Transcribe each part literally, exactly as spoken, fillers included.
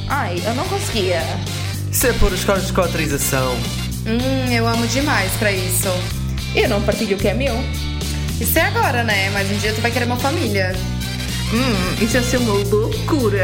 Ai, eu não conseguia. Isso é pôr os cornos de cauterização. Hum, eu amo demais pra isso. Eu não partilho o que é meu. Isso é agora, né? Mas um dia tu vai querer uma família. Hum, isso ia ser uma loucura.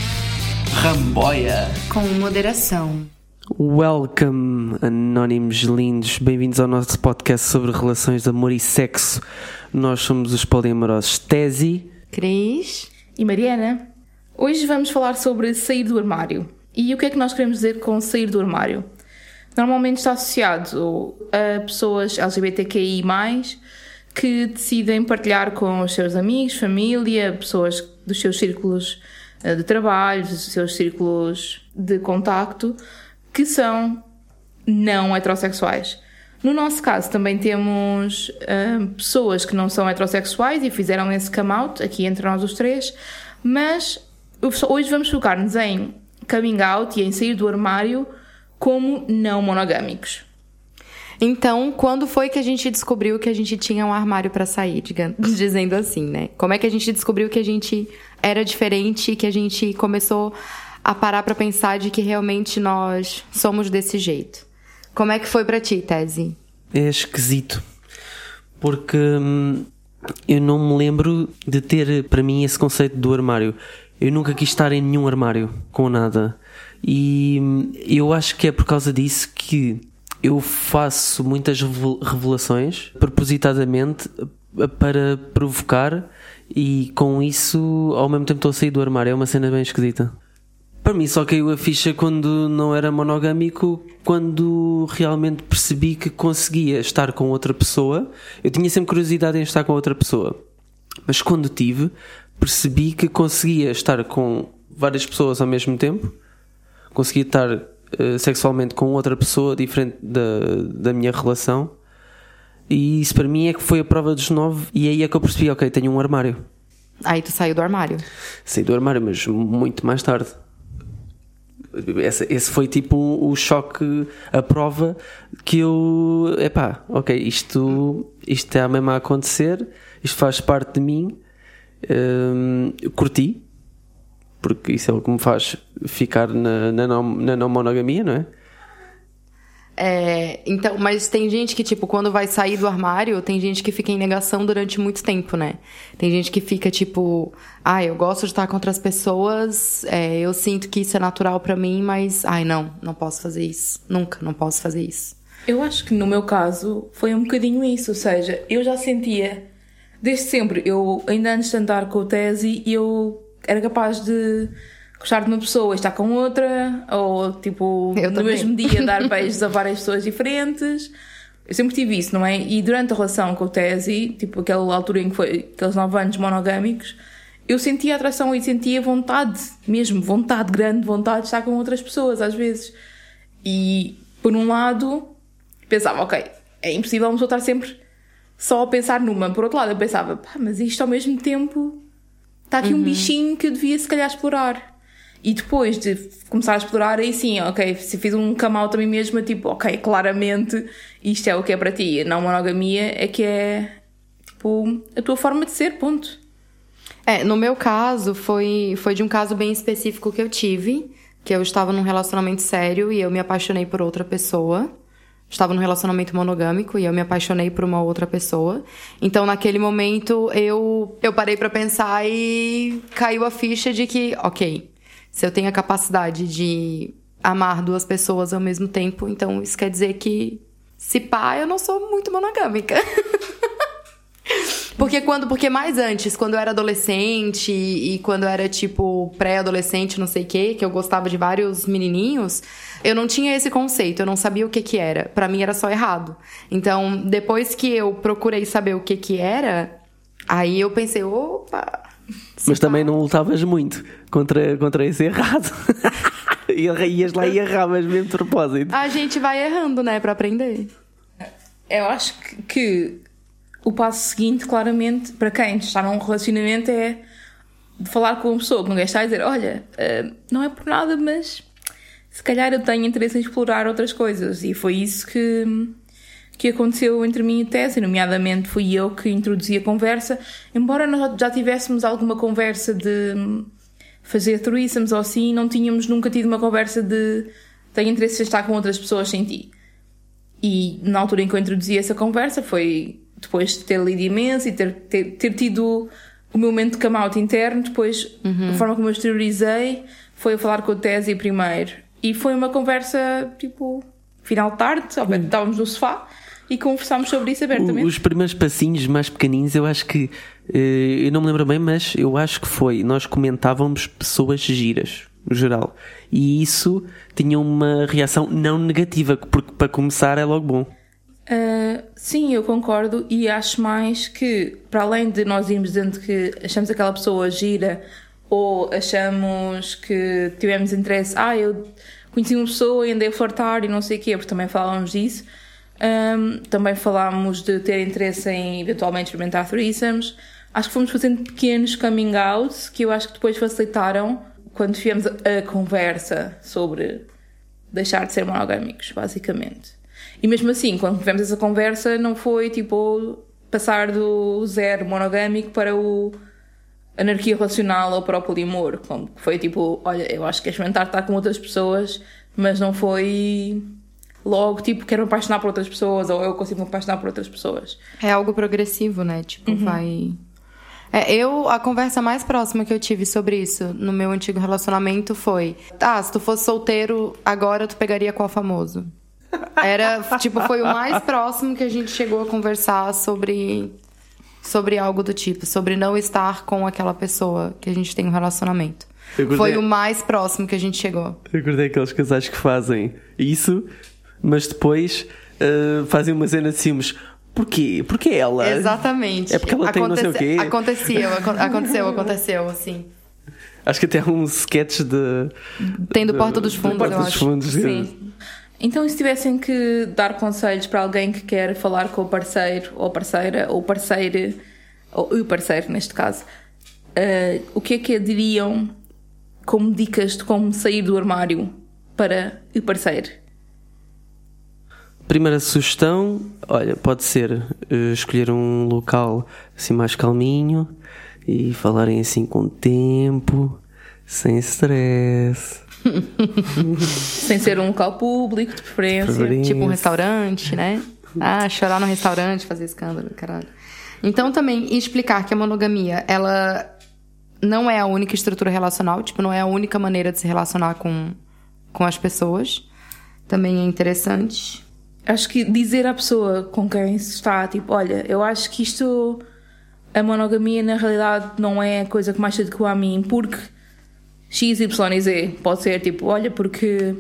Ramboia. Com moderação. Welcome, anónimos lindos. Bem-vindos ao nosso podcast sobre relações de amor e sexo. Nós somos os poliamorosos Tesi, Cris e Mariana. Hoje vamos falar sobre sair do armário. E o que é que nós queremos dizer com sair do armário? Normalmente está associado a pessoas L G B T Q I mais, que decidem partilhar com os seus amigos, família, pessoas dos seus círculos de trabalho, dos seus círculos de contacto, que são não heterossexuais. No nosso caso também temos uh, pessoas que não são heterossexuais e fizeram esse come out, aqui entre nós os três, mas hoje vamos focar-nos em coming out e em sair do armário como não monogâmicos. Então, quando foi que a gente descobriu que a gente tinha um armário pra sair, digamos, dizendo assim, né? Como é que a gente descobriu que a gente era diferente, que a gente começou a parar pra pensar de que realmente nós somos desse jeito? Como é que foi pra ti, Tesi? É esquisito, porque hum, eu não me lembro de ter para mim esse conceito do armário. Eu nunca quis estar em nenhum armário com nada, e hum, eu acho que é por causa disso que eu faço muitas revelações propositadamente para provocar, e com isso ao mesmo tempo estou a sair do armário. É uma cena bem esquisita. Para mim só caiu a ficha quando não era monogâmico, quando realmente percebi que conseguia estar com outra pessoa. Eu tinha sempre curiosidade em estar com outra pessoa, mas quando tive, percebi que conseguia estar com várias pessoas ao mesmo tempo, conseguia estar uh, sexualmente com outra pessoa diferente da, da minha relação, e isso para mim é que foi a prova dos nove, e aí é que eu percebi, ok, tenho um armário. Aí tu saiu do armário? Saí do armário, mas muito mais tarde. Esse, esse foi tipo o um, um choque, a prova que eu, epá, ok, isto, isto é a mesma a acontecer, isto faz parte de mim. hum, curti, porque isso é o que me faz ficar na, na, não, na não monogamia, não é? É, então, mas tem gente que, tipo, quando vai sair do armário, tem gente que fica em negação durante muito tempo, né? Tem gente que fica, tipo, ah, eu gosto de estar com outras pessoas, é, eu sinto que isso é natural pra mim, mas, ai, não, não posso fazer isso. Nunca, não posso fazer isso. Eu acho que no meu caso foi um bocadinho isso, ou seja, eu já sentia, desde sempre, eu ainda antes de andar com o Tesi, eu era capaz de gostar de uma pessoa e estar com outra, ou tipo, eu no também. mesmo dia dar beijos a várias pessoas diferentes. Eu sempre tive isso, não é? E durante a relação com o Tesi, tipo aquela altura em que foi aqueles nove anos monogâmicos, eu sentia atração e sentia vontade, mesmo vontade, grande vontade de estar com outras pessoas às vezes. E por um lado pensava, ok, é impossível uma pessoa estar sempre só a pensar numa. Por outro lado eu pensava, pá, mas isto ao mesmo tempo está aqui uhum. um bichinho que eu devia se calhar explorar. E depois de começar a explorar, aí sim, ok, se fiz um come out a mim mesma, tipo, ok, claramente isto é o que é para ti. A não monogamia é que é, tipo, a tua forma de ser, ponto. É, no meu caso, foi, foi de um caso bem específico que eu tive, que eu estava num relacionamento sério e eu me apaixonei por outra pessoa. Estava num relacionamento monogâmico e eu me apaixonei por uma outra pessoa. Então, naquele momento, eu, eu parei pra pensar e caiu a ficha de que, ok, se eu tenho a capacidade de amar duas pessoas ao mesmo tempo, então isso quer dizer que, se pá, eu não sou muito monogâmica. Porque quando, porque mais antes, quando eu era adolescente e quando eu era, tipo, pré-adolescente, não sei o quê, que eu gostava de vários menininhos, eu não tinha esse conceito, eu não sabia o que que era. Pra mim era só errado. Então, depois que eu procurei saber o que que era, aí eu pensei, opa... Mas também não lutavas muito contra, contra esse errado. Ias lá e erravas mesmo de propósito. A gente vai errando, né, pra aprender. Eu acho que, que o passo seguinte, claramente, para quem está num relacionamento, é de falar com uma pessoa que não quer estar a dizer, olha, uh, não é por nada, mas se calhar eu tenho interesse em explorar outras coisas. E foi isso que... que aconteceu entre mim e Tesi, nomeadamente fui eu que introduzi a conversa, embora nós já tivéssemos alguma conversa de fazer threesomes ou assim, não tínhamos nunca tido uma conversa de tenho interesse em estar com outras pessoas sem ti. E na altura em que eu introduzi essa conversa foi depois de ter lido imenso e ter, ter, ter tido o meu momento de come out interno. Depois, uhum. a forma como eu exteriorizei foi a falar com o Tesi primeiro. E foi uma conversa, tipo, final de tarde, uhum. estávamos no sofá e conversámos sobre isso abertamente. Os primeiros passinhos mais pequeninos, eu acho que, eu não me lembro bem, mas eu acho que foi, nós comentávamos pessoas giras, no geral. E isso tinha uma reação não negativa, porque para começar é logo bom. Uh, sim, eu concordo, e acho mais que, para além de nós irmos dizendo que achamos aquela pessoa gira ou achamos que tivemos interesse, ah, eu conheci uma pessoa e andei a flertar e não sei o quê, porque também falávamos disso. Um, também falámos de ter interesse em eventualmente experimentar threesomes. Acho que fomos fazendo pequenos coming outs que eu acho que depois facilitaram quando tivemos a, a conversa sobre deixar de ser monogâmicos, basicamente. E mesmo assim, quando tivemos essa conversa, não foi tipo passar do zero monogâmico para o anarquia relacional ou para o polimor. Foi tipo, olha, eu acho que é experimentar estar com outras pessoas, mas não foi logo tipo, quero me apaixonar por outras pessoas ou eu consigo me apaixonar por outras pessoas. É algo progressivo, né? Tipo, uhum. vai... É, eu, a conversa mais próxima que eu tive sobre isso no meu antigo relacionamento foi: ah, se tu fosse solteiro, agora tu pegaria qual famoso? Era, tipo, foi o mais próximo que a gente chegou a conversar sobre, sobre algo do tipo, sobre não estar com aquela pessoa que a gente tem um relacionamento. Acordei, foi o mais próximo que a gente chegou. Eu acordei aqueles casais que fazem isso, mas depois uh, fazem uma cena de ciúmes. Porquê? Porque ela? Exatamente. É porque ela tem Aconte- não sei o quê. Aconteceu, aconteceu, aconteceu, assim. Acho que até há um sketch de... Tem do Porta dos Fundos, Porta eu dos acho. Fundos, sim. Então, e se tivessem que dar conselhos para alguém que quer falar com o parceiro, ou parceira, ou parceiro, ou o parceiro, neste caso, uh, o que é que diriam como dicas de como sair do armário para o parceiro? Primeira sugestão, olha, pode ser uh, escolher um local assim mais calminho e falarem assim com tempo, sem stress. Sem ser um local público, de preferência. preferência. Tipo um restaurante, né? Ah, chorar no restaurante, fazer escândalo, caralho. Então também explicar que a monogamia, ela não é a única estrutura relacional, tipo, não é a única maneira de se relacionar com, com as pessoas. Também é interessante. Acho que dizer à pessoa com quem se está, tipo, olha, eu acho que isto, a monogamia na realidade não é a coisa que mais se adequa a mim, porque X, Y e Z. Pode ser tipo, olha, porque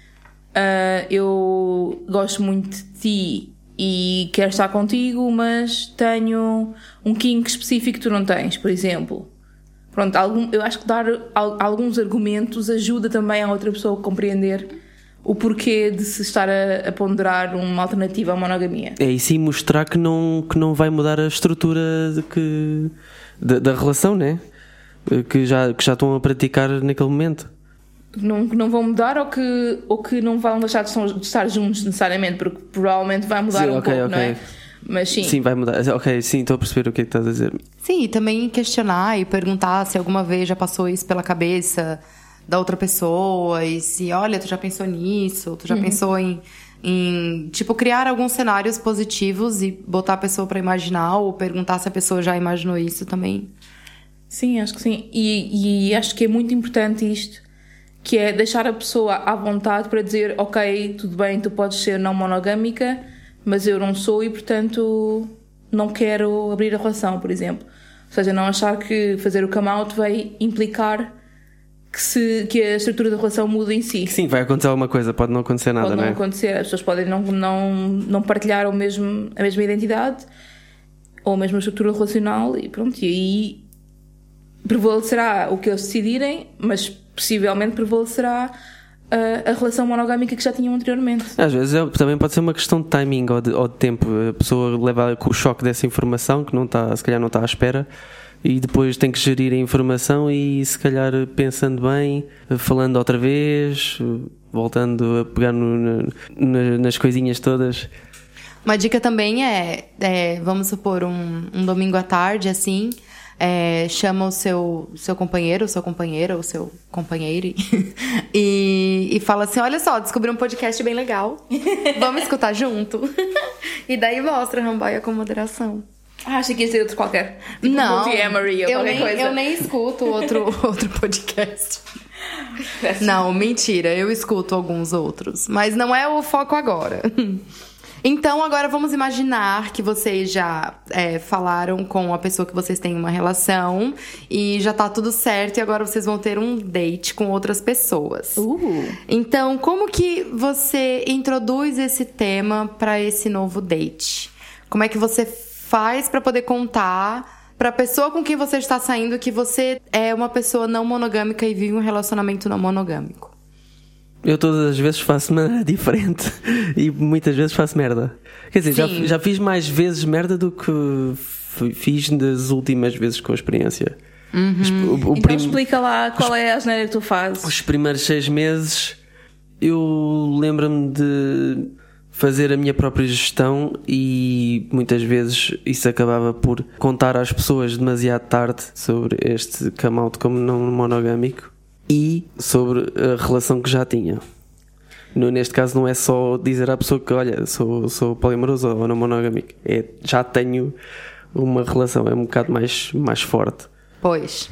uh, eu gosto muito de ti e quero estar contigo, mas tenho um kink específico que tu não tens, por exemplo. Pronto, algum, eu acho que dar alguns argumentos ajuda também a outra pessoa a compreender o porquê de se estar a, a ponderar uma alternativa à monogamia. É, e sim mostrar que não, que não vai mudar a estrutura de que, da, da relação, né? Que já, que já estão a praticar naquele momento. Não, que não vão mudar ou que, ou que não vão deixar de, de estar juntos necessariamente, porque provavelmente vai mudar sim, um okay, pouco, okay. Não é? Mas sim. Sim, vai mudar. Ok, sim, estou a perceber o que é que estás a dizer. Sim, e também questionar e perguntar se alguma vez já passou isso pela cabeça da outra pessoa e se, olha, tu já pensou nisso, tu já uhum. pensou em, em, tipo, criar alguns cenários positivos e botar a pessoa para imaginar ou perguntar se a pessoa já imaginou isso também. Sim, acho que sim. E, e acho que é muito importante isto, que é deixar a pessoa à vontade para dizer, ok, tudo bem, tu podes ser não monogâmica, mas eu não sou e, portanto, não quero abrir a relação, por exemplo. Ou seja, não achar que fazer o come out vai implicar que, se, que a estrutura da relação muda em si. Sim, vai acontecer alguma coisa, pode não acontecer nada, pode não não é? acontecer, as pessoas podem não, não, não partilhar o mesmo, a mesma identidade ou a mesma estrutura relacional e pronto, e aí prevalecerá o que eles decidirem, mas possivelmente prevalecerá a, a relação monogâmica que já tinham anteriormente. Às vezes é, também pode ser uma questão de timing ou de, ou de tempo. A pessoa leva com o choque dessa informação que não está, se calhar não está à espera, e depois tem que gerir a informação e se calhar pensando bem, falando outra vez, voltando a pegar no, na, nas coisinhas todas. Uma dica também é, é vamos supor, um, um domingo à tarde, assim, é, chama o seu, seu companheiro, sua companheira, ou seu companheiro e, e fala assim, olha só, descobri um podcast bem legal, vamos escutar junto? E daí mostra Ramboia com moderação. Ah, achei que ia ser outro qualquer. Tipo Não, Multi-Amory ou eu qualquer nem, coisa. eu nem escuto outro, outro podcast. Não, mentira, eu escuto alguns outros. Mas não é o foco agora. Então, agora vamos imaginar que vocês já é, falaram com a pessoa que vocês têm uma relação e já tá tudo certo e agora vocês vão ter um date com outras pessoas. Uh. Então, como que você introduz esse tema pra esse novo date? Como é que você faz pra poder contar pra pessoa com quem você está saindo que você é uma pessoa não monogâmica e vive um relacionamento não monogâmico? Eu todas as vezes faço maneira diferente e muitas vezes faço merda. Quer dizer, já, já fiz mais vezes merda do que f- fiz nas últimas vezes com a experiência. Uhum. O, o Então prim- explica lá qual é a asneira que tu fazes. Os primeiros seis meses eu lembro-me de fazer a minha própria gestão e muitas vezes isso acabava por contar às pessoas demasiado tarde sobre este come out como não monogâmico e sobre a relação que já tinha. No, neste caso não é só dizer à pessoa que olha, sou, sou poliamoroso ou não monogâmico, é já tenho uma relação, é um bocado mais, mais forte. Pois.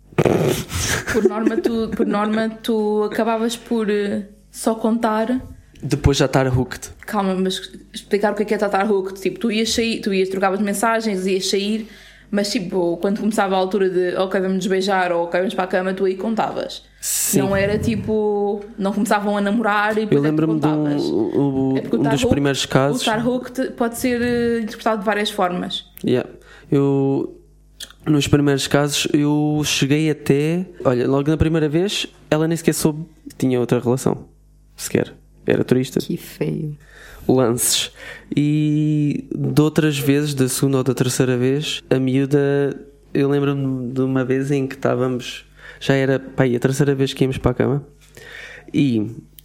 Por norma, tu, por norma, tu acabavas por uh, só contar. Depois já estar hooked. Calma, mas explicar o que é que é estar hooked. Tipo, tu ias sair, tu ias trocavas mensagens, ias sair, mas tipo, quando começava a altura de ok, vamos nos beijar ou ok, vamos para a cama, tu aí contavas. Sim. Não era tipo, não começavam a namorar e Eu lembro-me de contavas. um, um, É porque o um estar dos hooked- primeiros casos. O estar hooked pode ser uh, interpretado de várias formas. Yeah. Eu, nos primeiros casos, eu cheguei até. Olha, logo na primeira vez, ela nem sequer soube que tinha outra relação. Sequer. Era turista. Que feio. Lances. E de outras vezes, da segunda ou da terceira vez, a miúda. Eu lembro-me de uma vez em que estávamos. Já era, pá, a terceira vez que íamos para a cama. E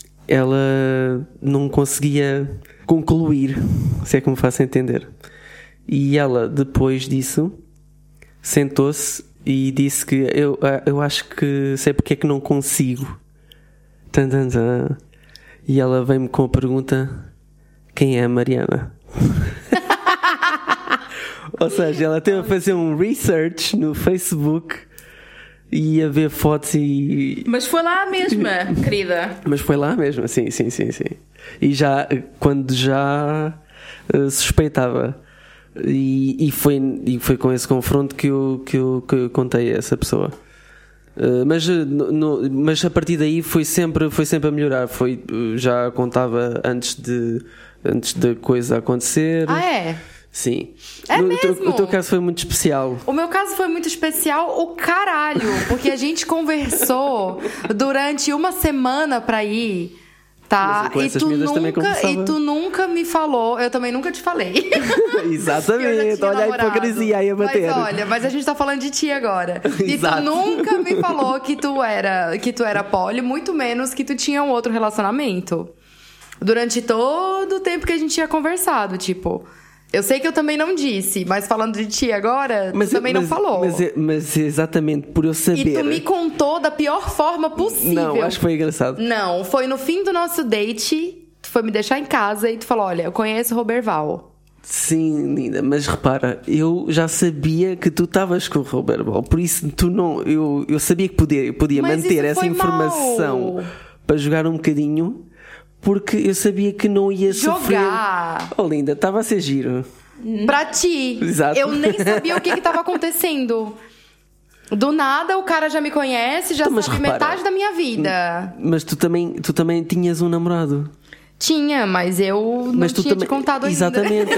ela não conseguia concluir, se é que me faço entender. E ela, depois disso, sentou-se e disse que eu, eu acho que sei porque é que não consigo. Tan, tan, tan. E ela veio-me com a pergunta: quem é a Mariana? Ou seja, ela teve a fazer um research no Facebook e a ver fotos e... Mas foi lá a mesma, querida. Mas foi lá mesmo, sim, sim, sim, sim. E já, quando já uh, suspeitava. E, e, foi, e foi com esse confronto que eu, que eu, que eu contei a essa pessoa. Uh, mas, uh, no, no, mas a partir daí foi sempre, foi sempre a melhorar. Foi, uh, já contava antes de, antes da coisa acontecer. Ah, é? Sim. É no, mesmo? O teu, o teu caso foi muito especial. O meu caso foi muito especial, o caralho, porque a gente conversou durante uma semana pra ir, tá? Com E essas tu, miúdas também nunca, conversava. e tu nunca me falou, eu também nunca te falei. Exatamente, olha a hipocrisia aí a bater. Mas olha, mas a gente tá falando de ti agora. E Exato. tu nunca me falou que tu era, que tu era poli, muito menos que tu tinha um outro relacionamento. Durante todo o tempo que a gente tinha conversado, tipo... Eu sei que eu também não disse, mas falando de ti agora, Mas, tu também mas, não falou. Mas, mas exatamente por eu saber. E tu me contou da pior forma possível. Não, acho que foi engraçado. Não, foi no fim do nosso date, tu foi me deixar em casa e tu falou, olha, eu conheço o Roberval. Sim, linda, mas repara, eu já sabia que tu estavas com o Robert Ball, por isso tu não, eu, eu sabia que podia, eu podia Mas manter isso essa foi informação mau. para jogar um bocadinho, porque eu sabia que não ia sofrer. Jogar. Oh, linda, estava a ser giro. Pra ti. Exato. Eu nem sabia o que que tava acontecendo. Do nada, o cara já me conhece, já Então, mas sabe repara, metade da minha vida. Mas tu também, tu também tinhas um namorado. Tinha, mas eu não Mas tu tinha também, te contado ainda. exatamente.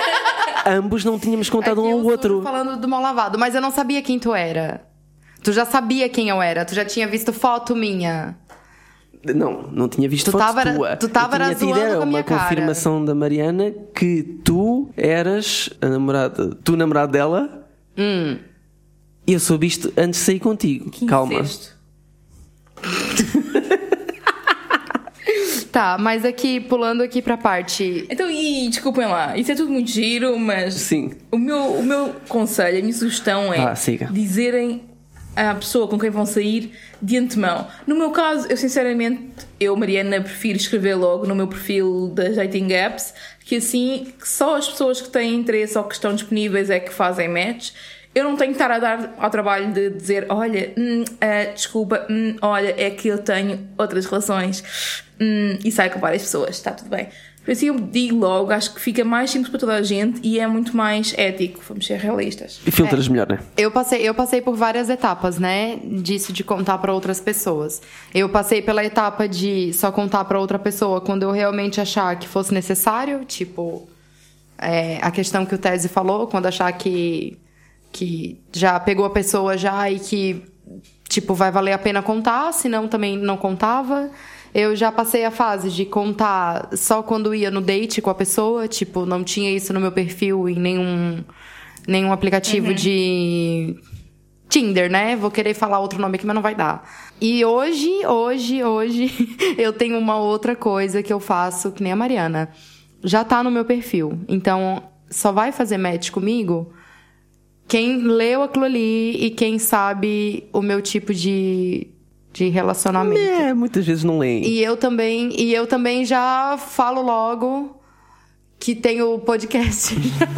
Ambos não tínhamos contado É que um ao eu outro. tô falando do mal lavado, mas eu não sabia quem tu era. Tu já sabia quem eu era, tu já tinha visto foto minha. Não, não tinha visto Tu foto tava- tua. tu tava Eu tinha era tido zoando era com a uma minha cara. confirmação da Mariana que tu eras a namorada, tu namorado dela. Hum. E eu soube isto antes de sair contigo. Que Calma. incesto. Tá, mas aqui, pulando aqui pra parte... Então, e desculpem lá, isso é tudo muito giro, mas Sim. O, meu, o meu conselho, a minha sugestão é Ah, siga. dizerem à pessoa com quem vão sair de antemão. No meu caso, eu sinceramente, eu, Mariana, prefiro escrever logo no meu perfil das dating apps, que assim, só as pessoas que têm interesse ou que estão disponíveis é que fazem match. Eu não tenho que estar a dar ao trabalho de dizer, olha, hum, uh, desculpa, hum, olha, é que eu tenho outras relações hum, e saio com várias pessoas, está tudo bem. Por assim eu digo logo, acho que fica mais simples para toda a gente e é muito mais ético, vamos ser realistas. E filtras melhor, né? Eu passei, eu passei por várias etapas, né? Disso de contar para outras pessoas. Eu passei pela etapa de só contar para outra pessoa quando eu realmente achar que fosse necessário, tipo, é, a questão que o Tese falou, quando achar que... que já pegou a pessoa já e que, tipo, vai valer a pena contar, senão também não contava. Eu já passei a fase de contar só quando ia no date com a pessoa, tipo, não tinha isso no meu perfil em nenhum, nenhum aplicativo uhum. de Tinder, né? Vou querer falar outro nome aqui, mas não vai dar. E hoje, hoje, hoje, eu tenho uma outra coisa que eu faço, que nem a Mariana. Já tá no meu perfil. Então, só vai fazer match comigo quem leu aquilo ali e quem sabe o meu tipo de, de relacionamento. É, muitas vezes não leem. E eu também, e eu também já falo logo que tem o podcast.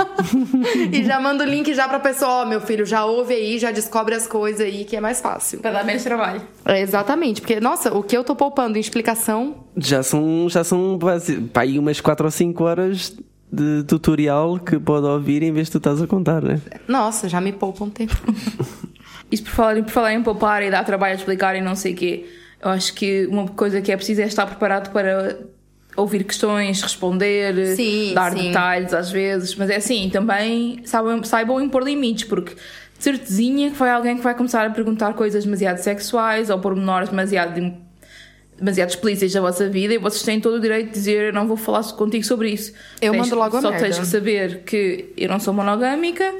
E já mando o link já pra pessoa, ó, oh, meu filho, já ouve aí, já descobre as coisas aí, que é mais fácil. Pra dar menos trabalho. É, exatamente, porque, nossa, o que eu tô poupando em explicação... Já são, já são pá, aí umas quatro ou cinco horas... de tutorial que pode ouvir em vez de tu estás a contar, né? Nossa, já me poupa um tempo. Isso por falar, por falar em poupar e dar trabalho a explicar e não sei o quê. Eu acho que uma coisa que é preciso é estar preparado para ouvir questões, responder, sim, dar sim. detalhes às vezes. Mas é assim, também saibam, saibam impor limites, porque de certezinha que vai alguém que vai começar a perguntar coisas demasiado sexuais ou pormenores demasiado... demasiado explícitas da vossa vida e vocês têm todo o direito de dizer eu não vou falar contigo sobre isso. Eu tens, mando logo a só merda. tens que saber que eu não sou monogâmica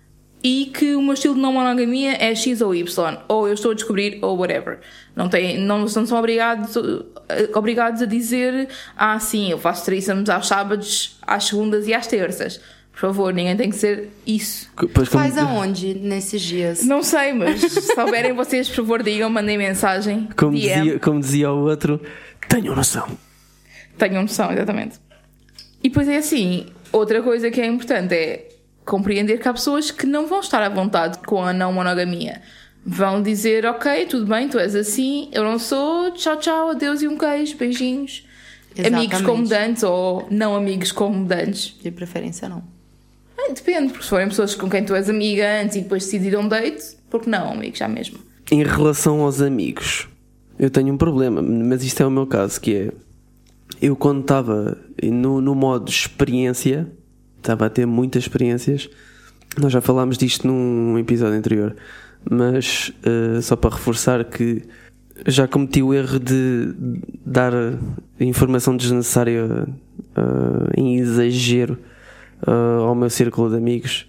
e que o meu estilo de não monogamia é X ou Y, ou eu estou a descobrir ou whatever. Não, tem, não, não são obrigados, obrigados a dizer ah sim, eu faço threesomes aos sábados, às segundas e às terças. Por favor, ninguém tem que ser isso. Pois como... Faz aonde nesses dias? Não sei, mas se souberem vocês, por favor, digam, mandem mensagem. Como dizia, como dizia o outro, tenham noção. Tenham noção, exatamente. E depois é assim, outra coisa que é importante é compreender que há pessoas que não vão estar à vontade com a não monogamia. Vão dizer, ok, tudo bem, tu és assim, eu não sou, tchau, tchau, adeus e um queijo, beijinhos. Exatamente. Amigos como dantes ou não amigos como dantes. De preferência não. Depende, porque se forem pessoas com quem tu és amiga antes e depois decidiram um date, porque não, amigo, já mesmo. Em relação aos amigos, eu tenho um problema, mas isto é o meu caso, que é... Eu quando estava no, no modo experiência, estava a ter muitas experiências, nós já falámos disto num episódio anterior, mas uh, só para reforçar que já cometi o erro de dar informação desnecessária uh, em exagero Uh, ao meu círculo de amigos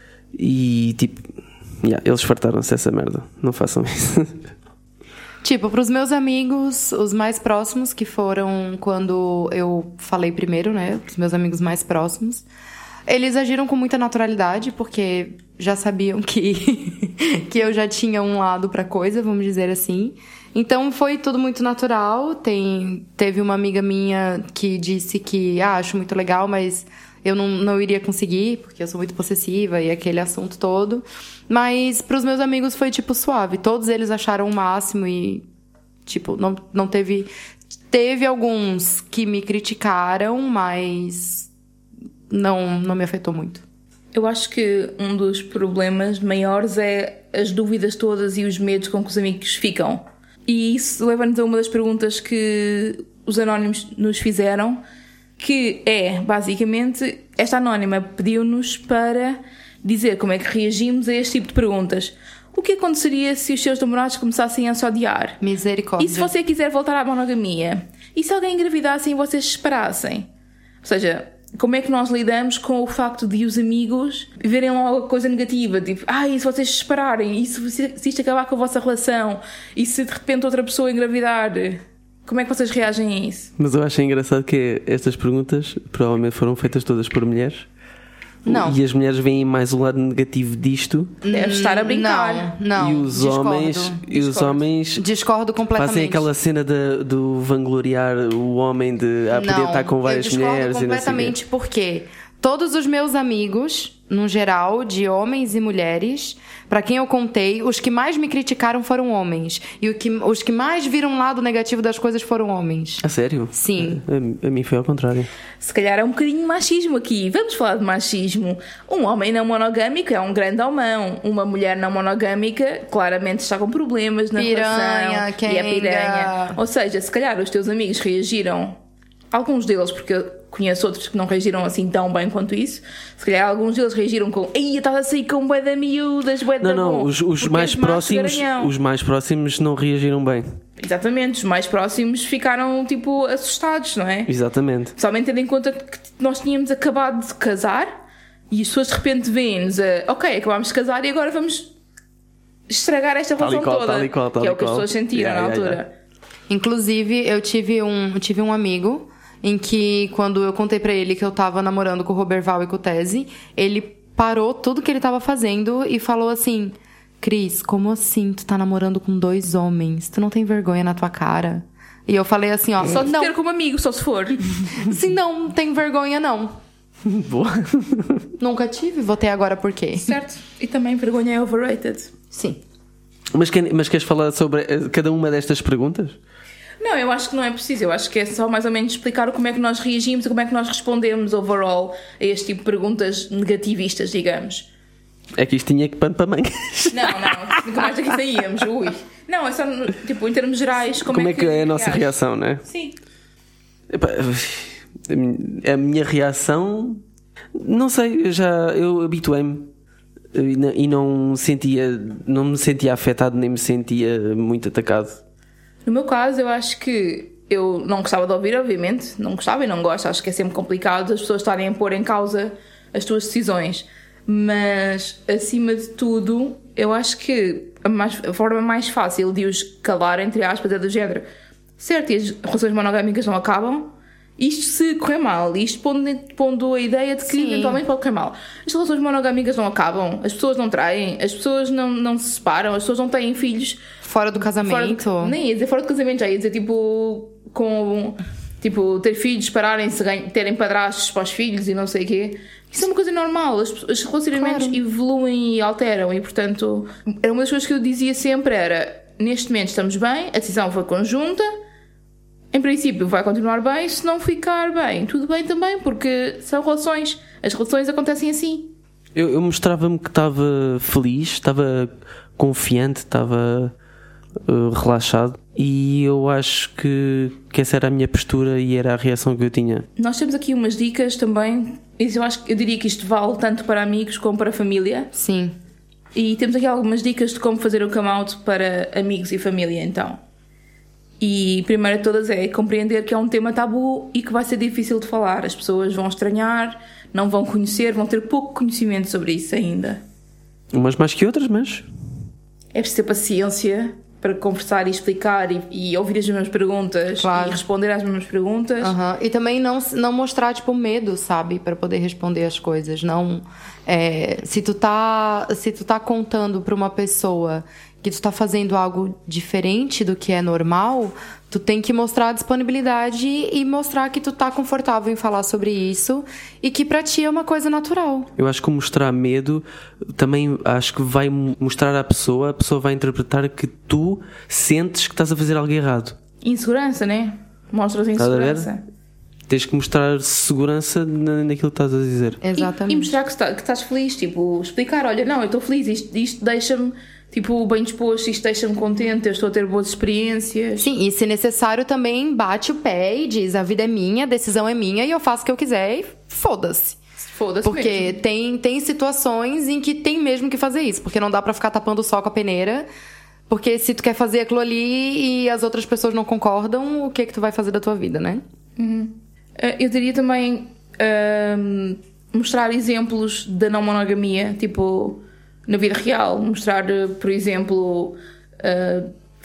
e tipo yeah, eles fartaram-se dessa merda, não façam isso. Tipo, pros meus amigos, os mais próximos, que foram quando eu falei primeiro, né, os meus amigos mais próximos, eles agiram com muita naturalidade, porque já sabiam que que eu já tinha um lado pra coisa, vamos dizer assim. Então foi tudo muito natural. Tem, teve uma amiga minha que disse que ah, acho muito legal, mas eu não, não iria conseguir, porque eu sou muito possessiva e aquele assunto todo. Mas pros meus amigos foi, tipo, suave. Todos eles acharam o máximo e, tipo, não, não teve... Teve alguns que me criticaram, mas não, não me afetou muito. Eu acho que um dos problemas maiores é as dúvidas todas e os medos com que os amigos ficam. E isso leva-nos a uma das perguntas que os anónimos nos fizeram, que é, basicamente, esta anónima pediu-nos para dizer como é que reagimos a este tipo de perguntas. O que aconteceria se os seus namorados começassem a se odiar? Misericórdia. E se você quiser voltar à monogamia? E se alguém engravidasse e vocês se separassem? Ou seja, como é que nós lidamos com o facto de os amigos verem logo a coisa negativa? Tipo, ah, e se vocês se separarem? E se, se isto acabar com a vossa relação? E se de repente outra pessoa engravidar? Como é que vocês reagem a isso? Mas eu acho engraçado que estas perguntas provavelmente foram feitas todas por mulheres. Não. E as mulheres veem mais o lado negativo disto. Deve estar a brincar. Não, não. E os discordo. homens, e os Discordo. homens Discordo completamente. fazem aquela cena de, do vangloriar o homem de a poder Não, estar com várias eu discordo mulheres. completamente porque todos os meus amigos, no geral, de homens e mulheres, pra quem eu contei, os que mais me criticaram foram homens. E o que, os que mais viram o lado negativo das coisas foram homens. A sério? Sim. A, a mim foi ao contrário. Se calhar é um bocadinho machismo aqui. Vamos falar de machismo. Um homem não monogâmico é um grande homão. Uma mulher não monogâmica claramente está com problemas na Piranha, relação. quenga. E é piranha. Ou seja, se calhar os teus amigos reagiram, alguns deles, porque eu conheço outros que não reagiram assim tão bem quanto isso. Se calhar alguns deles reagiram com: ei, estás a sair com bué da miúdas, bué da Não, não, bom. os, os Porque mais és macho próximos, garanhão. os mais próximos não reagiram bem. Exatamente, os mais próximos ficaram tipo assustados, não é? Exatamente. Somente tendo em conta que nós tínhamos acabado de casar e as pessoas de repente veem-nos a, ok, acabámos de casar e agora vamos estragar esta Tal e relação qual, toda. tal e qual, tal que é e o que as qual. pessoas sentiram Yeah, na yeah, altura. yeah. Inclusive, eu tive um, eu tive um amigo em que, quando eu contei pra ele que eu tava namorando com o Roberval e com o Tese, ele parou tudo que ele tava fazendo e falou assim: Cris, como assim tu tá namorando com dois homens? Tu não tem vergonha na tua cara? E eu falei assim, ó, Só de não, ter como amigo, só se for. se não, não tem vergonha não. Boa. Nunca tive, vou ter agora por quê? Certo? E também vergonha é overrated. Sim. Mas, quer- mas queres falar sobre eh, cada uma destas perguntas? Não, eu acho que não é preciso. Eu acho que é só mais ou menos explicar como é que nós reagimos e como é que nós respondemos overall a este tipo de perguntas negativistas, digamos. É que isto tinha que pano para mangas. Não, não, nunca mais daqui saíamos. Ui. Não, é só, tipo, em termos gerais, como, Como é que é a nossa reage? reação, não é? Sim. Epá, a minha reação, não sei, eu já eu habituei-me e não- e não sentia, não me sentia afetado nem me sentia muito atacado. No meu caso, eu acho que eu não gostava de ouvir, obviamente. Não gostava e não gosto. Acho que é sempre complicado as pessoas estarem a pôr em causa as tuas decisões. Mas, acima de tudo, eu acho que a, mais- a forma mais fácil de os calar, entre aspas, é do género: certo, e as relações monogâmicas não acabam? Isto se correr mal, isto pondo, pondo a ideia de que Sim. eventualmente pode correr mal. As relações monogâmicas não acabam, as pessoas não traem, as pessoas não, não se separam, as pessoas não têm filhos Fora do casamento. fora do, nem ia dizer fora do casamento, já ia dizer tipo com tipo ter filhos, pararem-se, ganh- terem padrastos para os filhos e não sei o quê. Isso é uma coisa normal, os, os relacionamentos Claro. evoluem e alteram e portanto era uma das coisas que eu dizia sempre era: neste momento estamos bem, a decisão foi conjunta, em princípio vai continuar bem, se não ficar bem, tudo bem também, porque são relações, as relações acontecem assim. Eu, eu mostrava-me que estava feliz, estava confiante, estava uh, relaxado e eu acho que, que essa era a minha postura e era a reação que eu tinha. Nós temos aqui umas dicas também. Eu acho que eu diria que isto vale tanto para amigos como para família. Sim. E temos aqui algumas dicas de como fazer o come out para amigos e família, então. E primeiro de todas é compreender que é um tema tabu e que vai ser difícil de falar. As pessoas vão estranhar, não vão conhecer, vão ter pouco conhecimento sobre isso ainda. Umas mais que outras, mas É preciso ter paciência para conversar e explicar e, e ouvir as mesmas perguntas Claro. e responder às mesmas perguntas. Aham. E também não, não mostrar, tipo, medo, sabe? Pra poder responder as coisas. Não... é, se, tu tá, se tu tá contando pra uma pessoa que tu tá fazendo algo diferente do que é normal, tu tem que mostrar a disponibilidade e mostrar que tu tá confortável em falar sobre isso e que pra ti é uma coisa natural. eu acho que o mostrar medo também acho que vai mostrar à pessoa, a pessoa vai interpretar que tu sentes que estás a fazer algo errado. Insegurança, né? Mostras Estás a ver? insegurança. Tens que mostrar segurança na- naquilo que estás a dizer. E, Exatamente. e mostrar que, está- que estás feliz, tipo, explicar: olha, não, eu estou feliz, isto, isto deixa-me, tipo, bem disposto, isto deixa-me contente, eu estou a ter boas experiências. Sim, e se necessário também bate o pé e diz: a vida é minha, a decisão é minha e eu faço o que eu quiser e foda-se. Foda-se Porque mesmo. tem, tem situações em que tem mesmo que fazer isso. Porque não dá pra ficar tapando o sol com a peneira. Porque se tu quer fazer aquilo ali e as outras pessoas não concordam, o que é que tu vai fazer da tua vida, né? Eh, Eu diria também ahm, mostrar exemplos da não monogamia, tipo, na vida real. Mostrar, eh, por exemplo, eh,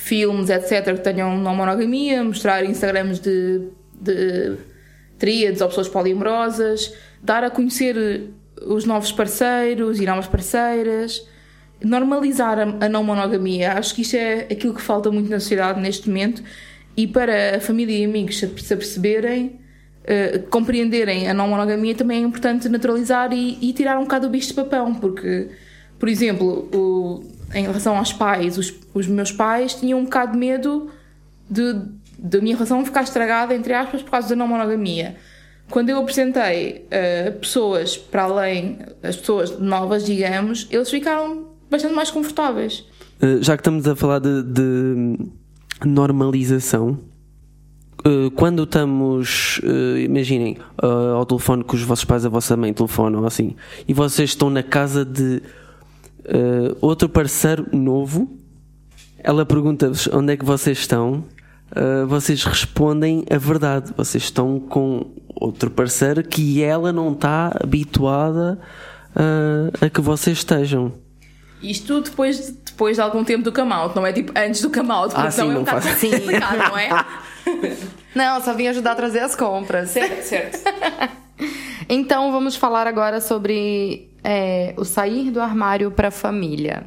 filmes, etcétera, que tenham não monogamia, mostrar Instagrams de, de tríades ou pessoas poliamorosas, dar a conhecer os novos parceiros e novas parceiras, normalizar a, a não monogamia. Acho que isto é aquilo que falta muito na sociedade neste momento, e para a família e amigos se aperceberem, uh, compreenderem a não monogamia, também é importante naturalizar e, e tirar um bocado o bicho de papão, porque, por exemplo, o, em relação aos pais, os, os meus pais tinham um bocado de medo de, de a minha relação ficar estragada, entre aspas, por causa da não monogamia. Quando eu apresentei uh, pessoas para além, as pessoas novas, digamos, eles ficaram bastante mais confortáveis. Uh, já que estamos a falar de, de normalização, uh, quando estamos, uh, imaginem, uh, ao telefone com os vossos pais, a vossa mãe telefonam assim, e vocês estão na casa de uh, outro parceiro novo, ela pergunta-vos onde é que vocês estão, uh, vocês respondem a verdade, vocês estão com outro parceiro que ela não está habituada uh, a que vocês estejam. Isto depois de, depois de algum tempo do come out, não é tipo antes do come out, porque ah, então sim, é um não bocado faço. complicado, não é? Não, só vim ajudar a trazer as compras. Certo, certo. Então vamos falar agora sobre é, o sair do armário para a família.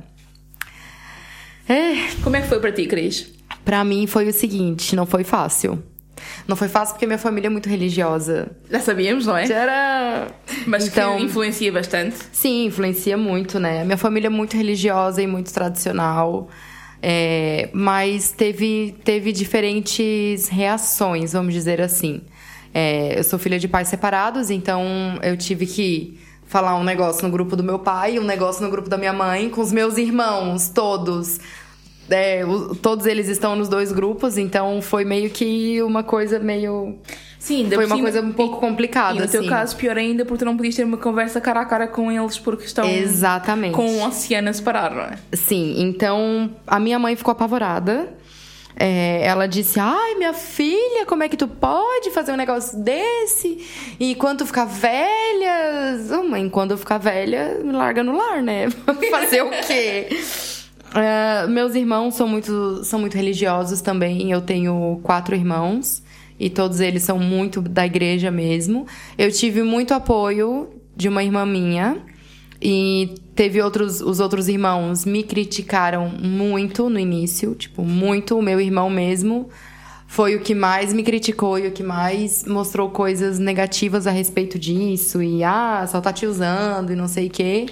É, Como é que foi para ti, Cris? Pra mim foi o seguinte, não foi fácil. Não foi fácil porque minha família é muito religiosa. Já sabíamos, não é? Já era... Mas então, que influencia bastante. Sim, influencia muito, né? Minha família é muito religiosa e muito tradicional. É, mas teve, teve diferentes reações, vamos dizer assim. É, eu sou filha de pais separados, então eu tive que falar um negócio no grupo do meu pai, um negócio no grupo da minha mãe, com os meus irmãos, todos... É, o, todos eles estão nos dois grupos, então foi meio que uma coisa meio... Sim, foi uma cima, coisa um pouco complicada. E no assim. teu caso, pior ainda, porque tu não podias ter uma conversa cara a cara com eles porque estão Exatamente. com um oceano a separar, não é? Sim, então a minha mãe ficou apavorada. É, ela disse, ai, minha filha, como é que tu pode fazer um negócio desse? E quando tu ficar velha... Oh, mãe, quando eu ficar velha, me larga no lar, né? Fazer o quê? Uh, meus irmãos são muito, são muito religiosos também. Eu tenho quatro irmãos e todos eles são muito da igreja mesmo. Eu tive muito apoio de uma irmã minha e teve outros, os outros irmãos me criticaram muito no início, tipo, muito. O meu irmão mesmo foi o que mais me criticou e o que mais mostrou coisas negativas a respeito disso. E, ah, só tá te usando e não sei o quê.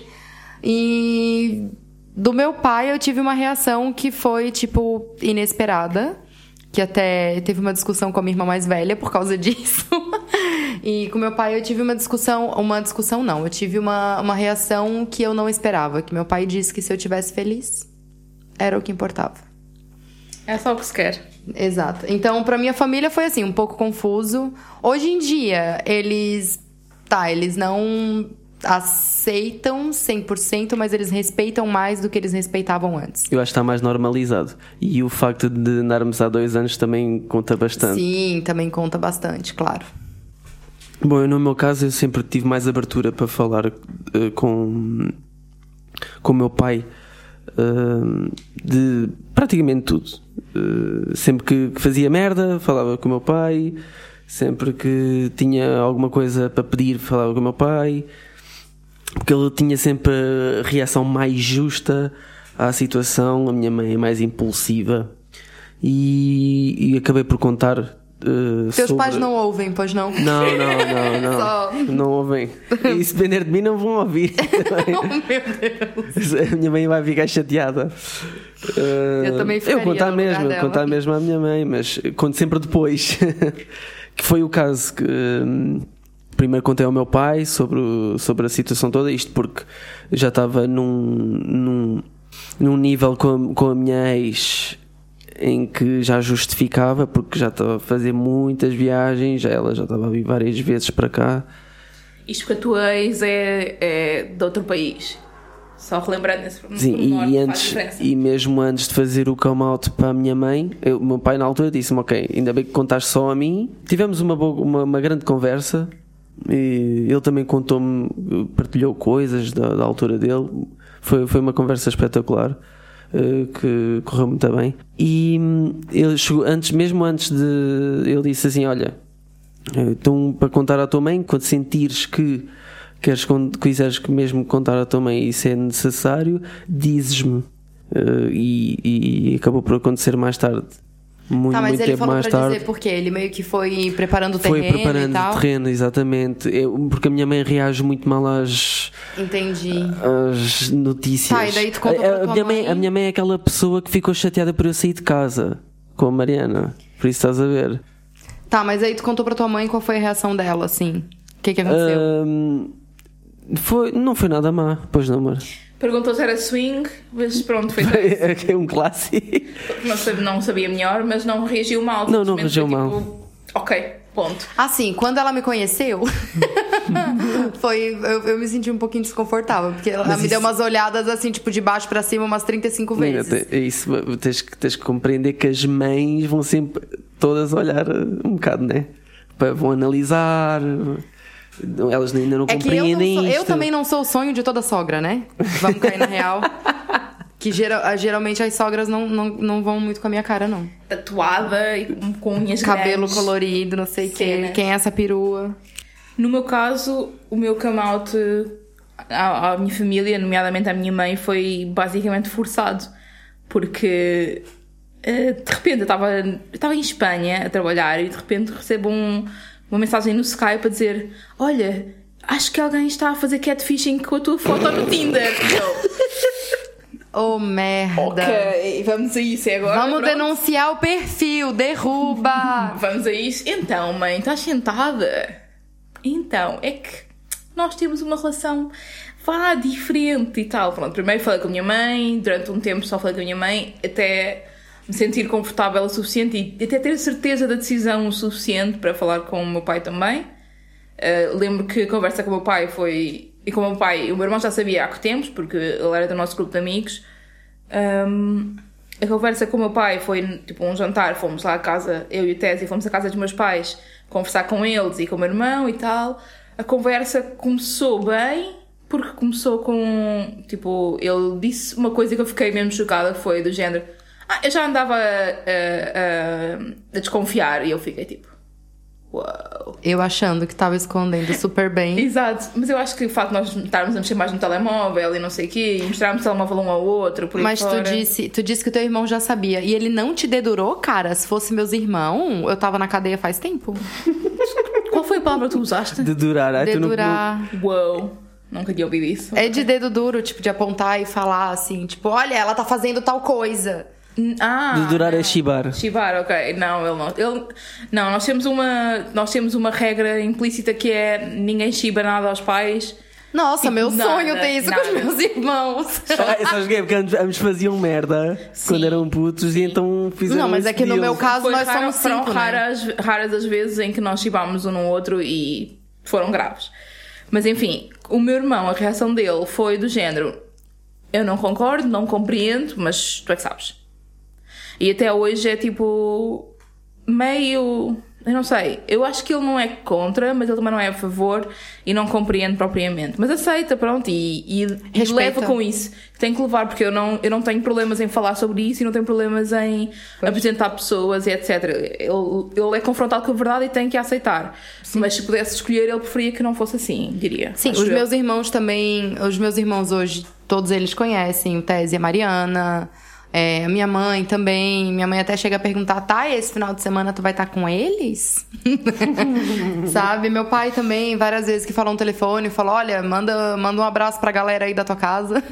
E... do meu pai, eu tive uma reação que foi, tipo, inesperada. Que até teve uma discussão com a minha irmã mais velha por causa disso. E com meu pai eu tive uma discussão... Uma discussão não, eu tive uma, uma reação que eu não esperava. Que meu pai disse que se eu estivesse feliz, era o que importava. É só o que se quer. Exato. Então, pra minha família foi assim, um pouco confuso. Hoje em dia, eles... Tá, eles não... aceitam cem por cento, mas eles respeitam mais do que eles respeitavam antes. Eu acho que está mais normalizado. E o facto de andarmos há dois anos também conta bastante. Sim, também conta bastante, claro. Bom, eu, no meu caso, eu sempre tive mais abertura para falar uh, com com o meu pai uh, de praticamente tudo. Uh, sempre que, que fazia merda, falava com o meu pai. Sempre que tinha alguma coisa para pedir, falava com o meu pai. Porque ele tinha sempre a reação mais justa à situação. A minha mãe é mais impulsiva. E, e acabei por contar uh, Teus sobre... pais não ouvem, pois não? Não, não, não, não. Só... Não ouvem. E se depender de mim não vão ouvir. Oh, meu Deus. A minha mãe vai ficar chateada. Uh, Eu também ficaria Eu contar no lugar mesmo, dela. contar mesmo à minha mãe, mas conto sempre depois. Que foi o caso que... Hum, primeiro contei ao meu pai sobre, o, sobre a situação toda, isto porque já estava num, num, num nível com a, com a minha ex em que já justificava, porque já estava a fazer muitas viagens, já ela já estava a vir várias vezes para cá. Isto porque a tua ex é, é de outro país. Só relembrando esse Sim, e, antes, e mesmo antes de fazer o come out para a minha mãe, eu, o meu pai na altura disse-me, ok, ainda bem que contaste só a mim. Tivemos uma, boa, uma, uma grande conversa. E ele também contou-me, partilhou coisas da, da altura dele. Foi, foi uma conversa espetacular. uh, que correu muito bem. E hum, ele chegou, antes, mesmo antes de. Ele disse assim: olha, então para contar à tua mãe, quando sentires que queres, quiseres que mesmo contar à tua mãe isso é necessário, dizes-me. Uh, e, e acabou por acontecer mais tarde. Muito, tá, mas muito ele tempo falou mais pra tarde. dizer por quê? Ele meio que foi preparando o Foi terreno preparando e tal? o terreno, exatamente. Eu, porque a minha mãe reage muito mal às, Entendi. às notícias. Tá, e daí tu contou pra a, a, tua minha mãe, mãe? a minha mãe é aquela pessoa que ficou chateada por eu sair de casa com a Mariana. Por isso estás a ver. Tá, mas aí tu contou pra tua mãe qual foi a reação dela, assim? O que que aconteceu? Ahm, foi, não foi nada má, pois não, amor. Perguntou se era swing, mas pronto, foi É um clássico. não sabia, não sabia melhor, mas não reagiu mal. Não, não Simplesmente reagiu foi tipo, ok, ponto. Assim, quando ela me conheceu, foi, eu, eu me senti um pouquinho desconfortável, porque ela Mas me isso- deu umas olhadas assim, tipo, de baixo pra cima umas trinta e cinco Menina, vezes. te- é isso, tens, que- tens que compreender que as mães vão sempre todas olhar um bocado, né? Pa- Vão analisar. Elas ainda não É que eu, não compreendem sou, eu isto. também não sou o sonho de toda sogra, né? Vamos cair na real. Que geral, geralmente as sogras não, não, não vão muito com a minha cara, não. Tatuada e com, com unhas Cabelo grandes. colorido, não sei o quê. Cena. Quem é essa perua? No meu caso, o meu come out à, à minha família, nomeadamente à minha mãe, foi basicamente forçado. Porque eh, de repente eu estava eu estava em Espanha a trabalhar e de repente recebo um, uma mensagem no Skype a dizer: olha, acho que alguém está a fazer catfishing com a tua foto no Tinder. E eu, Oh, merda. ok, vamos a isso é agora. Vamos pronto. denunciar o perfil, derruba. Vamos a isso. Então, mãe, estás sentada? Então, é que nós temos uma relação vá diferente e tal. Pronto, primeiro falei com a minha mãe, durante um tempo só falei com a minha mãe, até me sentir confortável o suficiente e até ter certeza da decisão o suficiente para falar com o meu pai também. Uh, lembro que a conversa com o meu pai foi... E com o meu pai, o meu irmão já sabia há que tempos, porque ele era do nosso grupo de amigos. Um, a conversa com o meu pai foi tipo um jantar, fomos lá à casa, eu e o Tese, fomos à casa dos meus pais conversar com eles e com o meu irmão e tal. A conversa começou bem, porque começou com, tipo, ele disse uma coisa que eu fiquei mesmo chocada, foi do género: ah, eu já andava a, a, a, a desconfiar, e eu fiquei tipo, uau. Eu achando que tava escondendo super bem. Exato, mas eu acho que o facto de nós estarmos a mexer mais no telemóvel e não sei o quê, e mostrarmos o telemóvel um ao outro, por aí Mas tu fora. disse, tu disse que o teu irmão já sabia. E ele não te dedurou, cara? Se fosse meus irmãos, eu tava na cadeia faz tempo. Qual foi a palavra que tu usaste? De durar. Ai, tu não- Dedurar. Uou, nunca tinha ouvido isso. É de dedo duro, tipo, de apontar e falar assim, tipo, olha, ela tá fazendo tal coisa. Ah, De durar não. é chibar. Chibar, ok. Não, ele não. Ele, não, nós temos uma, nós temos uma regra implícita que é ninguém chiba nada aos pais. Nossa, Tipo, meu nada, sonho ter isso com nada. os meus irmãos. Ah, sabes o quê? Porque ambos, ambos faziam merda Sim. quando eram putos e então fizeram Não, mas é esse que no deal. meu caso Foi nós raro- somos foram cinco, né? raras, raras as vezes em que nós chibámos um no outro e foram graves. Mas enfim, o meu irmão, a reação dele foi do género: eu não concordo, não compreendo, mas tu é que sabes. E até hoje é tipo meio... Eu não sei, eu acho que ele não é contra, mas ele também não é a favor e não compreende propriamente. Mas aceita, pronto, e, e, e Respeita. leva com isso. Tem que levar, porque eu não, eu não tenho problemas em falar sobre isso e não tenho problemas em apresentar pessoas e etcétera. Ele, ele é confrontado com a verdade e tem que a aceitar. Mas se pudesse escolher, ele preferia que não fosse assim, diria. Sim, Acho os eu. meus irmãos também, os meus irmãos hoje, todos eles conhecem o Tese e a Mariana, é, a minha mãe também. Minha mãe até chega a perguntar: tá, esse final de semana tu vai estar com eles? Sabe? Meu pai também, várias vezes que falou no telefone, falou: olha, manda, manda um abraço pra galera aí da tua casa.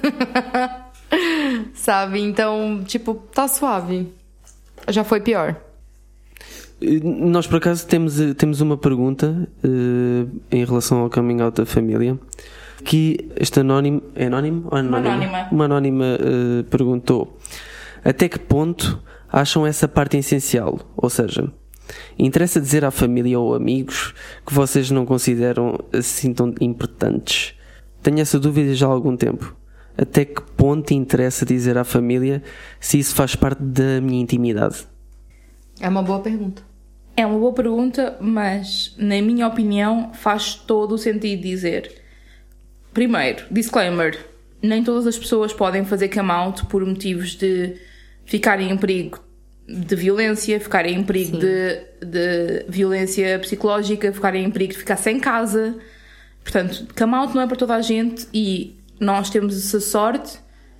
Sabe? Então, tipo, tá suave. Já foi pior. Nós, por acaso, temos, temos uma pergunta uh, em relação ao coming out da família, que este anónimo... É anónimo? Ou anónimo? Uma anónima. Uma anónima uh, perguntou: até que ponto acham essa parte essencial? Ou seja, interessa dizer à família ou amigos que vocês não consideram assim tão importantes? Tenho essa dúvida já há algum tempo. Até que ponto interessa dizer à família se isso faz parte da minha intimidade? É uma boa pergunta. É uma boa pergunta, mas, na minha opinião, faz todo o sentido dizer. Primeiro, disclaimer: nem todas as pessoas podem fazer come out por motivos de ficarem em perigo de violência, ficarem em perigo de, de violência psicológica, ficarem em perigo de ficar sem casa. Portanto, come out não é para toda a gente, e nós temos essa sorte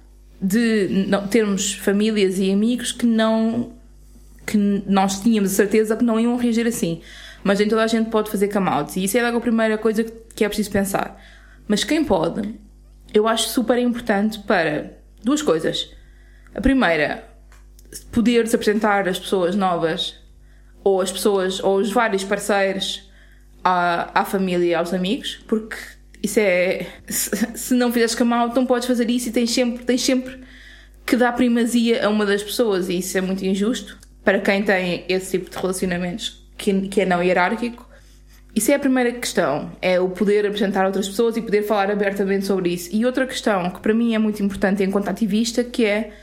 de não, termos famílias e amigos que não que nós tínhamos a certeza que não iam reagir assim, mas nem toda a gente pode fazer come out, e isso é logo a primeira coisa que é preciso pensar. Mas quem pode, eu acho super importante para duas coisas. A primeira, poder se apresentar às pessoas novas, ou as pessoas, ou os vários parceiros, à, à família e aos amigos, porque isso é... Se, se não fizeres come out, não podes fazer isso, e tens sempre, tens sempre que dar primazia a uma das pessoas, e isso é muito injusto para quem tem esse tipo de relacionamentos que, que é não hierárquico. Isso é a primeira questão, é o poder apresentar outras pessoas e poder falar abertamente sobre isso. E outra questão que para mim é muito importante enquanto ativista, que é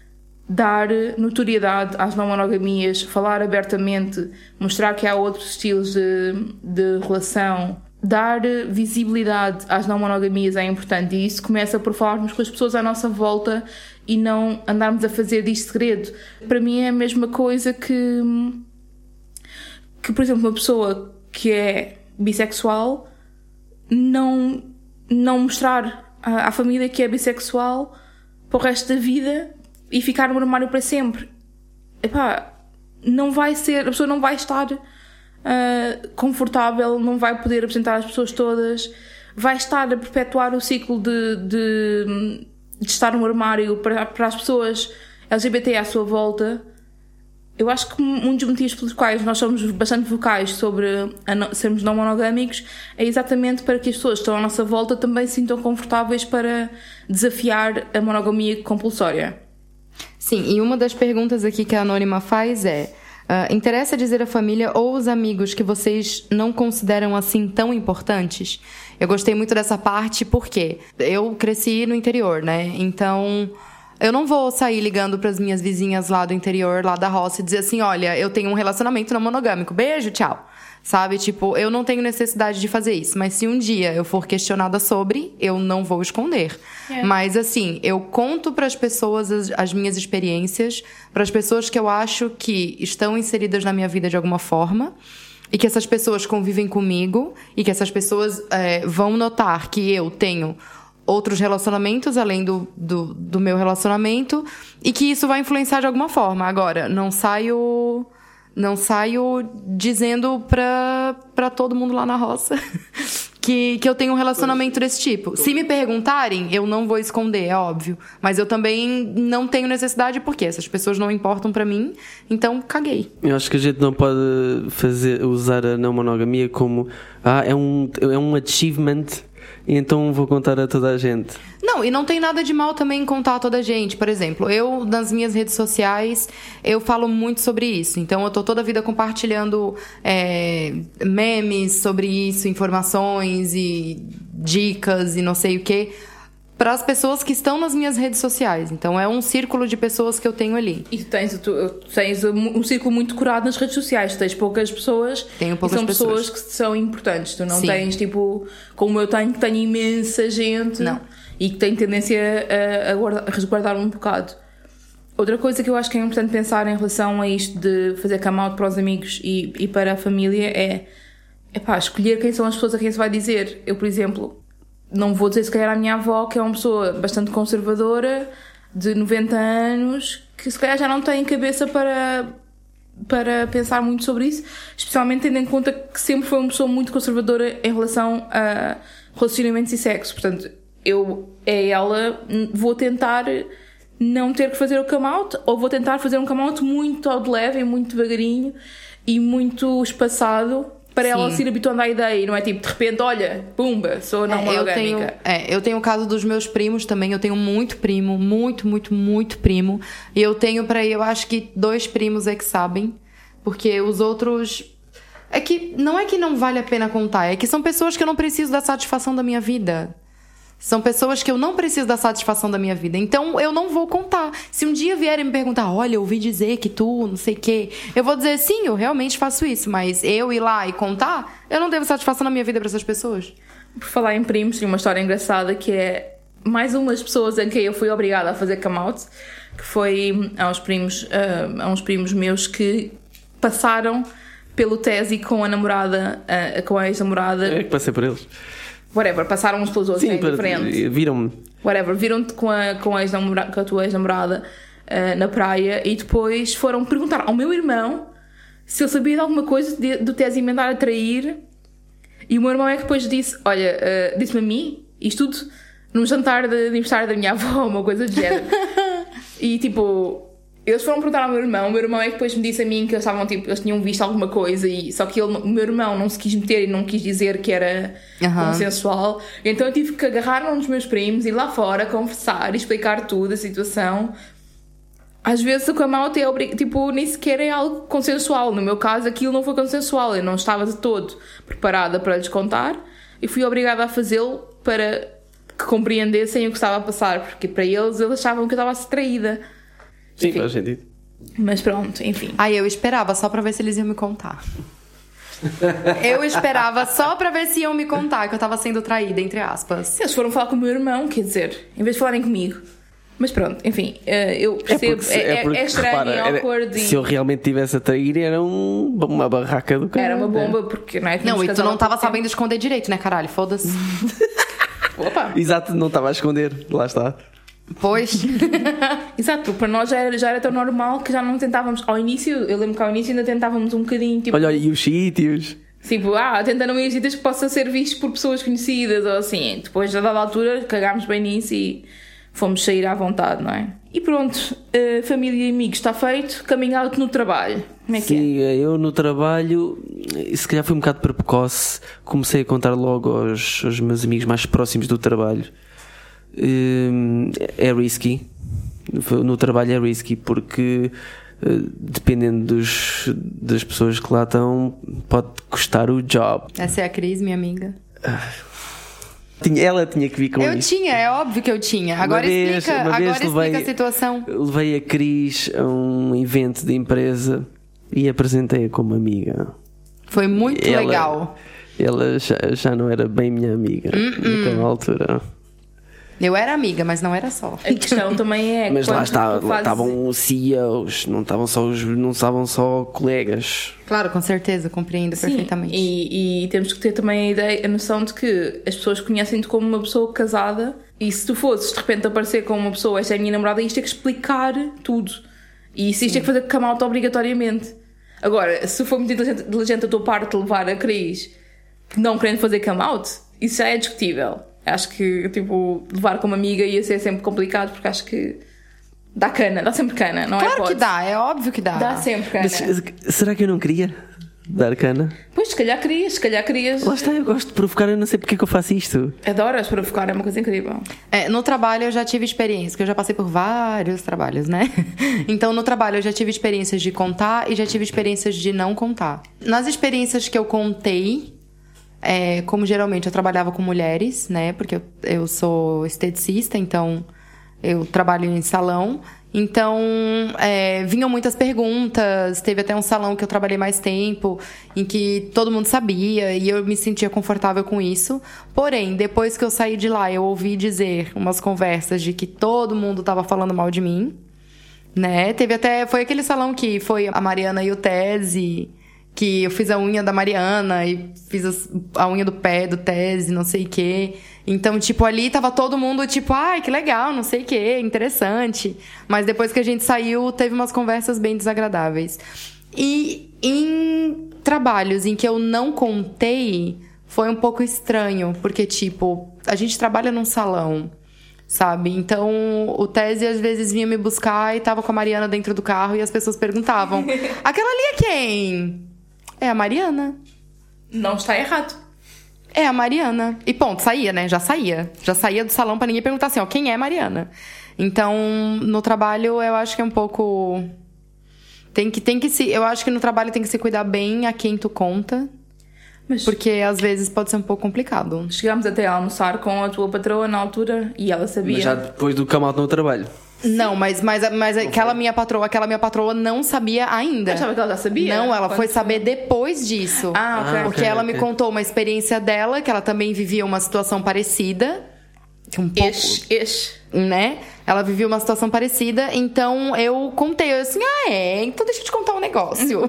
dar notoriedade às não monogamias, falar abertamente, mostrar que há outros estilos de, de relação. Dar visibilidade às não monogamias é importante, e isso começa por falarmos com as pessoas à nossa volta e não andarmos a fazer disto segredo. Para mim é a mesma coisa que, que por exemplo, uma pessoa que é bissexual não, não mostrar à, à família que é bissexual para o resto da vida e ficar no armário para sempre. Epá, não vai ser, a pessoa não vai estar Uh, confortável, não vai poder apresentar às pessoas todas, vai estar a perpetuar o ciclo de, de, de estar no armário para, para as pessoas L G B T à sua volta. Eu acho que um dos motivos pelos quais nós somos bastante vocais sobre a não, sermos não monogâmicos é exatamente para que as pessoas que estão à nossa volta também se sintam confortáveis para desafiar a monogamia compulsória. Sim, e uma das perguntas aqui que a Anônima faz é: Uh, interessa dizer à família ou os amigos que vocês não consideram assim tão importantes? Eu gostei muito dessa parte porque eu cresci no interior, né? Então, eu não vou sair ligando para as minhas vizinhas lá do interior, lá da roça, e dizer assim: olha, eu tenho um relacionamento não monogâmico, beijo, tchau. Sabe? Tipo, eu não tenho necessidade de fazer isso. Mas se um dia eu for questionada sobre, eu não vou esconder. É. Mas, assim, eu conto para as pessoas as, as minhas experiências, para as pessoas que eu acho que estão inseridas na minha vida de alguma forma, e que essas pessoas convivem comigo, e que essas pessoas é, vão notar que eu tenho outros relacionamentos além do, do, do meu relacionamento, e que isso vai influenciar de alguma forma. Agora, não saio... Não saio dizendo pra, pra todo mundo lá na roça que, que eu tenho um relacionamento desse tipo. Se me perguntarem, eu não vou esconder, é óbvio. Mas eu também não tenho necessidade, porque essas pessoas não importam pra mim, então caguei. Eu acho que a gente não pode fazer, usar a não monogamia como ah, é um, é um achievement, então vou contar a toda a gente. Não, e não tem nada de mal também em contar a toda a gente. Por exemplo, eu, nas minhas redes sociais, eu falo muito sobre isso. Então, eu tô toda a vida compartilhando é, memes sobre isso, informações e dicas e não sei o quê, para as pessoas que estão nas minhas redes sociais. Então, é um círculo de pessoas que eu tenho ali. E tu tens, tu, tens um círculo muito curado nas redes sociais. Tu tens poucas pessoas. Tenho poucas e são pessoas. pessoas que são importantes. Tu não Sim. tens, tipo, como eu tenho, que tenho imensa gente. Não. E que tem tendência a, a, guarda, a resguardar um bocado. Outra coisa que eu acho que é importante pensar em relação a isto de fazer come out para os amigos e, e para a família é, é pá, escolher quem são as pessoas a quem se vai dizer. Eu, por exemplo, não vou dizer se calhar à minha avó, que é uma pessoa bastante conservadora, de noventa anos, que se calhar já não tem cabeça para, para pensar muito sobre isso, especialmente tendo em conta que sempre foi uma pessoa muito conservadora em relação a relacionamentos e sexo. Portanto, eu, é ela, vou tentar não ter que fazer o come out, ou vou tentar fazer um come out muito ao de leve e muito devagarinho e muito espaçado, para Sim. ela se ir habituando à ideia, e não é tipo, de repente, olha, pumba, sou não é, monogâmica. Eu tenho, é, eu tenho o caso dos meus primos também, eu tenho muito primo, muito, muito, muito primo, e eu tenho para aí, eu acho que dois primos é que sabem, porque os outros... É que, não é que não vale a pena contar, é que são pessoas que eu não preciso da satisfação da minha vida. São pessoas que eu não preciso da satisfação da minha vida. Então, eu não vou contar. Se um dia vierem me perguntar, olha, eu ouvi dizer que tu, não sei o quê, eu vou dizer, sim, eu realmente faço isso. Mas eu ir lá e contar, eu não devo satisfação na minha vida para essas pessoas. Por falar em primos, tem uma história engraçada que é... mais umas pessoas em que eu fui obrigada a fazer come out, que foi a uns primos, uh, a uns primos meus que passaram pelo Tesi com a namorada, uh, com a ex-namorada. É que passei por eles. Whatever, passaram uns pelos outros, Sim, é diferente. Viram-me. Whatever, viram-te com a, com a, ex-namora, com a tua ex-namorada uh, na praia e depois foram perguntar ao meu irmão se ele sabia de alguma coisa de, do Tesi me andar a trair. E o meu irmão é que depois disse: olha, uh, disse-me a mim, isto tudo num jantar de aniversário da minha avó, uma coisa do género. E tipo, eles foram perguntar ao meu irmão, o meu irmão é que depois me disse a mim que eles estavam, tipo, eles tinham visto alguma coisa, e só que ele, o meu irmão não se quis meter e não quis dizer que era uhum. consensual. Então eu tive que agarrar um dos meus primos, ir lá fora, conversar e explicar tudo, a situação. Às vezes o come out é obrig... tipo, nem sequer é algo consensual. No meu caso, aquilo não foi consensual. Eu não estava de todo preparada para lhes contar e fui obrigada a fazê-lo para que compreendessem o que estava a passar, porque para eles, eles achavam que eu estava a ser traída. Sim, enfim. faz sentido. Mas pronto, enfim. Aí eu esperava só para ver se eles iam me contar. Eu esperava só para ver se iam me contar que eu estava sendo traída, entre aspas. Eles foram falar com o meu irmão, quer dizer, em vez de falarem comigo. Mas pronto, enfim, eu percebo, é, porque, é, é, porque, é estranho repara, e awkward. Era, e... Se eu realmente tivesse a trair, era um, uma barraca do cara. Era uma bomba, porque não é que não, e tu não estava sabendo esconder direito, né, caralho? Foda-se. Opa. Exato, não estava a esconder, lá está. Pois. Exato, porque para nós já era, já era tão normal que já não tentávamos. Ao início, eu lembro que ao início ainda tentávamos um bocadinho tipo. Olha, e os sítios? Tipo, ah, tentando ir a sítios que possam ser vistos por pessoas conhecidas ou assim. Depois, a dada altura, cagámos bem nisso e fomos sair à vontade, não é? E pronto, uh, família e amigos está feito, coming out no trabalho. Como é que Sim, é? eu no trabalho, se calhar foi um bocado precoce, comecei a contar logo aos, aos meus amigos mais próximos do trabalho. Uh, é risky, no trabalho é risky porque uh, dependendo dos, das pessoas que lá estão, pode custar o job. Essa é a Cris, minha amiga. Ela tinha que vir com eu isso. Eu tinha, é óbvio que eu tinha. Agora vez, explica, agora explica levei, a situação. Levei a Cris a um evento de empresa e apresentei-a como amiga. Foi muito ela, legal. Ela já, já não era bem minha amiga uh-uh. naquela altura. Eu era amiga, mas não era só. A questão também é... Mas lá, está, fazes... lá estavam os C E Os, não estavam só, os, não estavam só colegas. Claro, com certeza, compreendo Sim, perfeitamente. E, e temos que ter também a, ideia, a noção de que as pessoas conhecem-te como uma pessoa casada e se tu fosses de repente aparecer como uma pessoa, esta é a minha namorada, isto tem que explicar tudo. E isso isto tem que fazer come out obrigatoriamente. Agora, se for muito inteligente, inteligente a tua parte levar a Cris não querendo fazer come out, isso já é discutível. Acho que, tipo, levar como amiga ia ser sempre complicado, porque acho que dá cana, dá sempre cana, não claro é? Claro que dá, é óbvio que dá. Dá sempre cana. Mas será que eu não queria dar cana? Pois, se calhar querias, se calhar querias. Lá está, eu gosto de provocar, eu não sei porque é que eu faço isto. Adoras provocar, é uma coisa incrível. É, no trabalho eu já tive experiência, porque eu já passei por vários trabalhos, né? Então, no trabalho eu já tive experiências de contar e já tive experiências de não contar. Nas experiências que eu contei... É, como geralmente eu trabalhava com mulheres, né? Porque eu, eu sou esteticista, então eu trabalho em salão. Então, é, vinham muitas perguntas. Teve até um salão que eu trabalhei mais tempo, em que todo mundo sabia e eu me sentia confortável com isso. Porém, depois que eu saí de lá, eu ouvi dizer umas conversas de que todo mundo estava falando mal de mim, né? Teve até... Foi aquele salão que foi a Mariana e o Tesi... Que eu fiz a unha da Mariana e fiz a unha do pé do Tesi, não sei o quê. Então, tipo, ali tava todo mundo, tipo, ai, que legal, não sei o quê, interessante. Mas depois que a gente saiu, teve umas conversas bem desagradáveis. E em trabalhos em que eu não contei, foi um pouco estranho. Porque, tipo, a gente trabalha num salão, sabe? Então, o Tesi às vezes vinha me buscar e tava com a Mariana dentro do carro e as pessoas perguntavam, aquela ali é quem? É a Mariana. Não está errado. É a Mariana. E ponto, saía, né? Já saía. Já saía do salão pra ninguém perguntar assim, ó, quem é Mariana? Então, no trabalho, eu acho que é um pouco... Tem que, tem que se... Eu acho que no trabalho tem que se cuidar bem a quem tu conta. Mas... Porque, às vezes, pode ser um pouco complicado. Chegámos até a almoçar com a tua patroa na altura e ela sabia. Mas já depois do come out no trabalho. Não, mas, mas, mas aquela minha patroa, aquela minha patroa não sabia ainda. Eu achava que ela já sabia? Não, ela foi saber depois disso. Ah, ok. Porque okay, ela okay. me contou uma experiência dela, que ela também vivia uma situação parecida. um pouco, Ex, ex. né? Ela vivia uma situação parecida, então eu contei, eu assim, ah, é, então deixa eu te contar um negócio.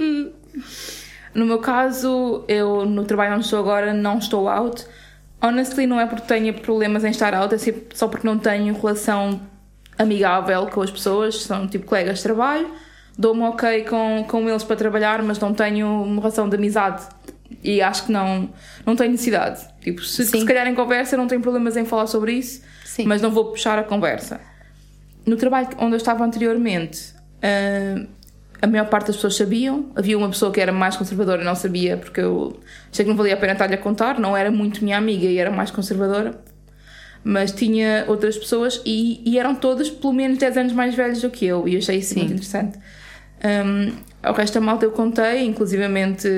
No meu caso, eu no trabalho onde estou agora não estou out. Honestly, não é porque tenha problemas em estar out, é só porque não tenho relação amigável com as pessoas, são tipo colegas de trabalho, dou-me ok com, com eles para trabalhar, mas não tenho uma relação de amizade e acho que não, não tenho necessidade. Tipo, se, se calhar em conversa eu não tenho problemas em falar sobre isso, Sim. mas não vou puxar a conversa. No trabalho onde eu estava anteriormente, uh, a maior parte das pessoas sabiam. Havia uma pessoa que era mais conservadora e não sabia, porque eu achei que não valia a pena estar-lhe a contar, não era muito minha amiga e era mais conservadora, mas tinha outras pessoas e, e eram todas pelo menos dez anos mais velhos do que eu, e eu achei isso Sim. muito interessante. Um, ao resto da malta eu contei, inclusivamente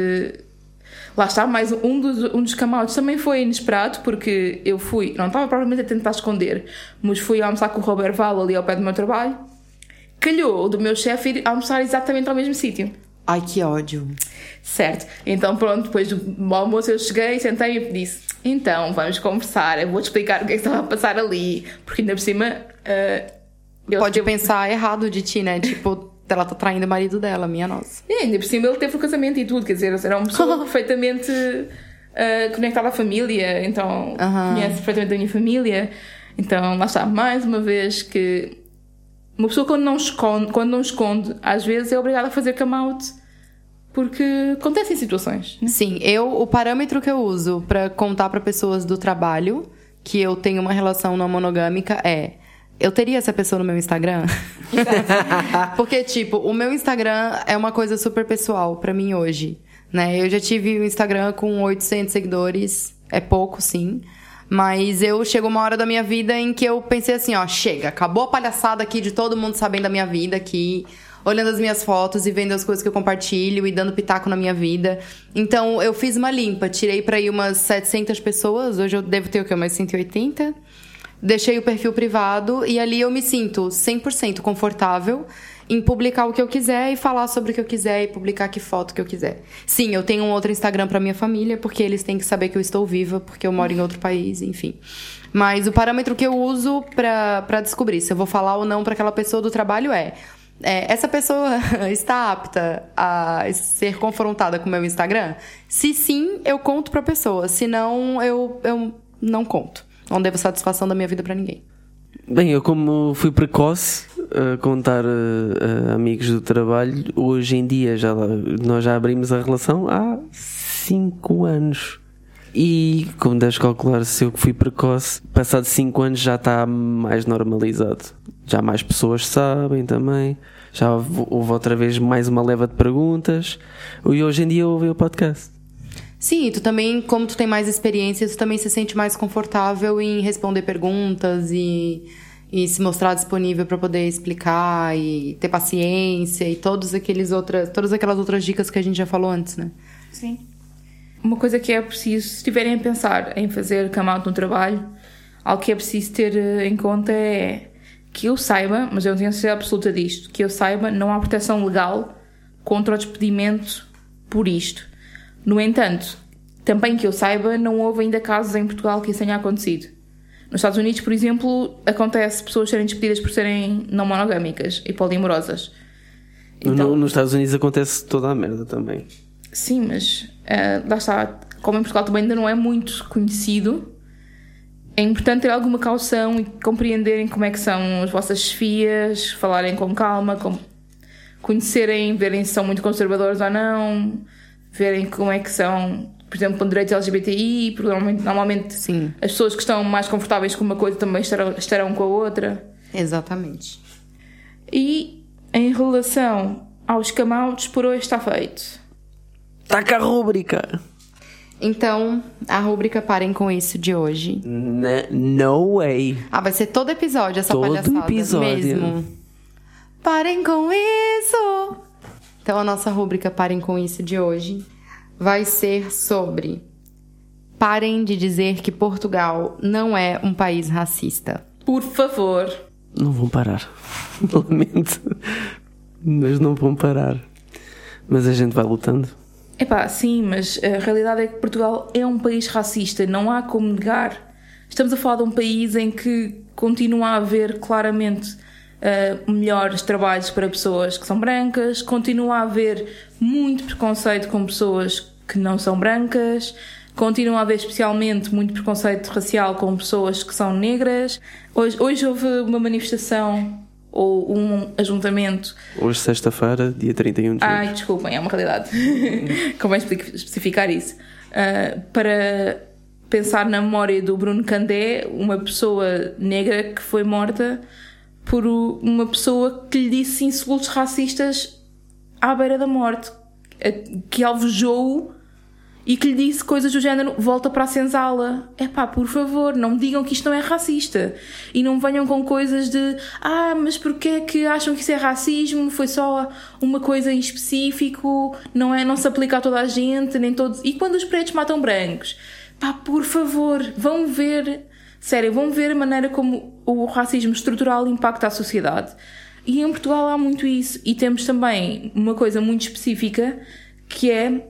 lá está, mais um dos, um dos camautos também foi inesperado, porque eu fui, não estava provavelmente a tentar esconder, mas fui almoçar com o Robert Val ali ao pé do meu trabalho. Calhou do meu chefe ir almoçar exatamente ao mesmo sítio. Ai, que ódio. Certo. Então, pronto, depois do almoço eu cheguei, sentei e disse, então, vamos conversar, eu vou-te explicar o que é que estava a passar ali, porque ainda por cima... Uh, Pode teve... pensar errado de ti, né? Tipo, ela tá traindo o marido dela, minha nossa. E ainda por cima ele teve o casamento e tudo, quer dizer, era uma pessoa perfeitamente uh, conectada à família, então uh-huh. conhece perfeitamente a minha família. Então, lá está, mais uma vez que... Uma pessoa quando não esconde, quando não esconde, às vezes é obrigada a fazer come out porque acontecem situações, né? Sim, eu, o parâmetro que eu uso para contar para pessoas do trabalho que eu tenho uma relação não monogâmica é: eu teria essa pessoa no meu Instagram? Porque, tipo, o meu Instagram é uma coisa super pessoal pra mim hoje, né? Eu já tive um Instagram com oitocentos seguidores, é pouco, sim. Mas eu chego uma hora da minha vida em que eu pensei assim, ó, chega, acabou a palhaçada aqui de todo mundo sabendo da minha vida aqui, olhando as minhas fotos e vendo as coisas que eu compartilho e dando pitaco na minha vida. Então, eu fiz uma limpa, tirei pra ir umas setecentas pessoas, hoje eu devo ter o quê? Umas cento e oitenta? Deixei o perfil privado e ali eu me sinto cem por cento confortável em publicar o que eu quiser e falar sobre o que eu quiser e publicar que foto que eu quiser. Sim, eu tenho um outro Instagram pra minha família, porque eles têm que saber que eu estou viva, porque eu moro em outro país, enfim. Mas o parâmetro que eu uso pra, pra descobrir se eu vou falar ou não pra aquela pessoa do trabalho é, é... Essa pessoa está apta a ser confrontada com o meu Instagram? Se sim, eu conto pra pessoa. Se não, eu, eu não conto. Não devo satisfação da minha vida pra ninguém. Bem, eu como fui precoce a contar a, a amigos do trabalho, hoje em dia já, nós já abrimos a relação há cinco anos. E como deves calcular, se eu fui precoce, passado cinco anos já está mais normalizado. Já mais pessoas sabem também. Já houve, houve outra vez mais uma leva de perguntas. E hoje em dia eu ouvi o podcast. Sim, e tu também, como tu tem mais experiência, tu também se sente mais confortável em responder perguntas e, e se mostrar disponível para poder explicar e ter paciência e todos aqueles outras, todas aquelas outras dicas que a gente já falou antes, né? Sim. Uma coisa que é preciso, se estiverem a pensar em fazer come out no trabalho, algo que é preciso ter em conta é que eu saiba, mas eu não tenho certeza absoluta disto, que eu saiba, não há proteção legal contra o despedimento por isto. No entanto, também que eu saiba, não houve ainda casos em Portugal que isso tenha acontecido. Nos Estados Unidos, por exemplo, acontece pessoas serem despedidas por serem não monogâmicas e poliamorosas. Então, no, nos Estados Unidos acontece toda a merda também. Sim, mas uh, lá está, como em Portugal também ainda não é muito conhecido, é importante ter alguma caução e compreenderem como é que são as vossas chefias, falarem com calma, com... conhecerem, verem se são muito conservadores ou não, verem como é que são, por exemplo, com direitos L G B T I, porque normalmente, normalmente Sim. as pessoas que estão mais confortáveis com uma coisa também estarão, estarão com a outra. Exatamente. E em relação aos come outs, por hoje está feito. Taca a rúbrica! Então, a rúbrica Parem Com Isso de hoje. N- no way! Ah, vai ser todo episódio essa todo palhaçada episódio. mesmo. Parem com isso! Então, a nossa rúbrica Parem Com Isso de hoje vai ser sobre: parem de dizer que Portugal não é um país racista. Por favor. Não vão parar. Lamento. Mas não vão parar. Mas a gente vai lutando. Epá, sim, mas a realidade é que Portugal é um país racista. Não há como negar. Estamos a falar de um país em que continua a haver claramente uh, melhores trabalhos para pessoas que são brancas, continua a haver muito preconceito com pessoas que não são brancas, continua a haver especialmente muito preconceito racial com pessoas que são negras. Hoje, hoje houve uma manifestação ou um ajuntamento. Hoje, sexta-feira, dia trinta e um de julho. Ai, desculpem, é uma realidade. Convém especificar isso. Uh, para pensar na memória do Bruno Candé, uma pessoa negra que foi morta por uma pessoa que lhe disse insultos racistas à beira da morte, que alvejou-o e que lhe disse coisas do género: volta para a senzala. Epá, por favor, não me digam que isto não é racista. E não venham com coisas de ah, mas porquê é que acham que isso é racismo? Foi só uma coisa em específico, não, é, não se aplica a toda a gente, nem todos. E quando os pretos matam brancos? Pá, por favor, vão ver, sério, vão ver a maneira como o racismo estrutural impacta a sociedade. E em Portugal há muito isso. E temos também uma coisa muito específica, que é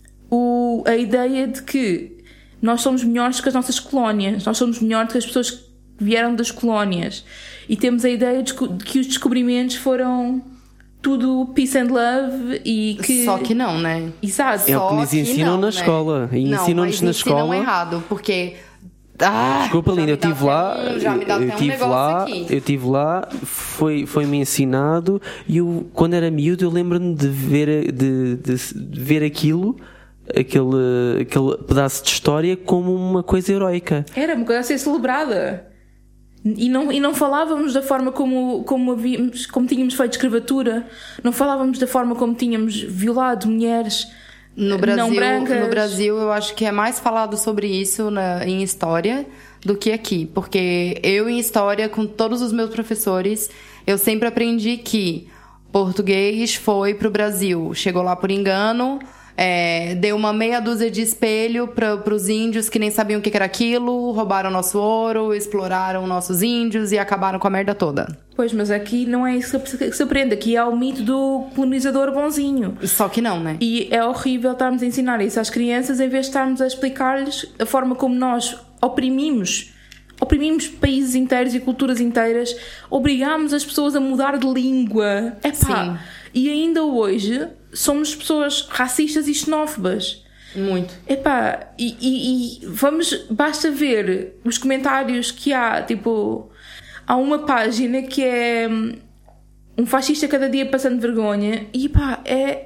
o, a ideia de que nós somos melhores que as nossas colónias, nós somos melhores que as pessoas que vieram das colónias. E temos a ideia de que os descobrimentos foram tudo peace and love e que... Só que não, né? Exato. É o que nos ensinam na escola. E ensinam-nos na escola... Não, errado, porque... Ah, desculpa, Linda, eu estive lá, um, já me dá eu até um tive lá, aqui. eu tive lá, foi, foi-me ensinado e eu, quando era miúdo, eu lembro-me de ver, de, de, de ver aquilo, aquele, aquele pedaço de história como uma coisa heroica. Era uma coisa a ser celebrada. E não, e não falávamos da forma como, como, havíamos, como tínhamos feito escravatura, não falávamos da forma como tínhamos violado mulheres no Brasil, não brancas. No Brasil, eu acho que é mais falado sobre isso na, em história do que aqui. Porque eu, em história, com todos os meus professores, eu sempre aprendi que português foi pro Brasil, chegou lá por engano... É, deu uma meia dúzia de espelho para os índios que nem sabiam o que era aquilo, roubaram nosso ouro, exploraram nossos índios e acabaram com a merda toda. Pois, mas aqui não é isso que se aprende. Aqui é o mito do colonizador bonzinho. Só que não, né? E é horrível estarmos a ensinar isso às crianças em vez de estarmos a explicar-lhes a forma como nós oprimimos oprimimos países inteiros e culturas inteiras, obrigamos as pessoas a mudar de língua. Epá, e ainda hoje somos pessoas racistas e xenófobas. Muito. Epá, e, e, e vamos, basta ver os comentários que há, tipo, há uma página que é um fascista cada dia passando vergonha e pá, é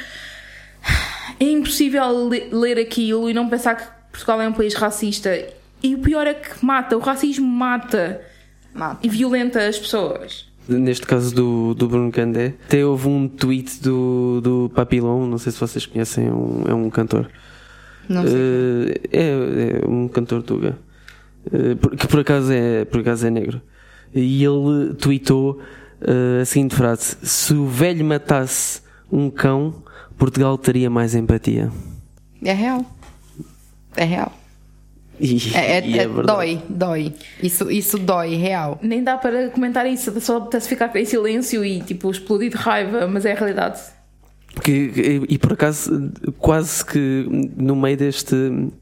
é impossível ler aquilo e não pensar que Portugal é um país racista. E o pior é que mata, o racismo mata, mata. E violenta as pessoas. Neste caso do, do Bruno Candé, até houve um tweet do, do Papillon, não sei se vocês conhecem, é um, é um cantor. Não sei. Uh, é, é um cantor tuga, uh, que por acaso, é, por acaso é negro. E ele tweetou uh, a seguinte frase: se o velho matasse um cão, Portugal teria mais empatia. É real. É real. E, é, e é, é dói, dói. Isso, isso dói, real. Nem dá para comentar isso, só apetece ficar em silêncio e tipo explodir de raiva, mas é a realidade. Que, e por acaso, quase que no meio deste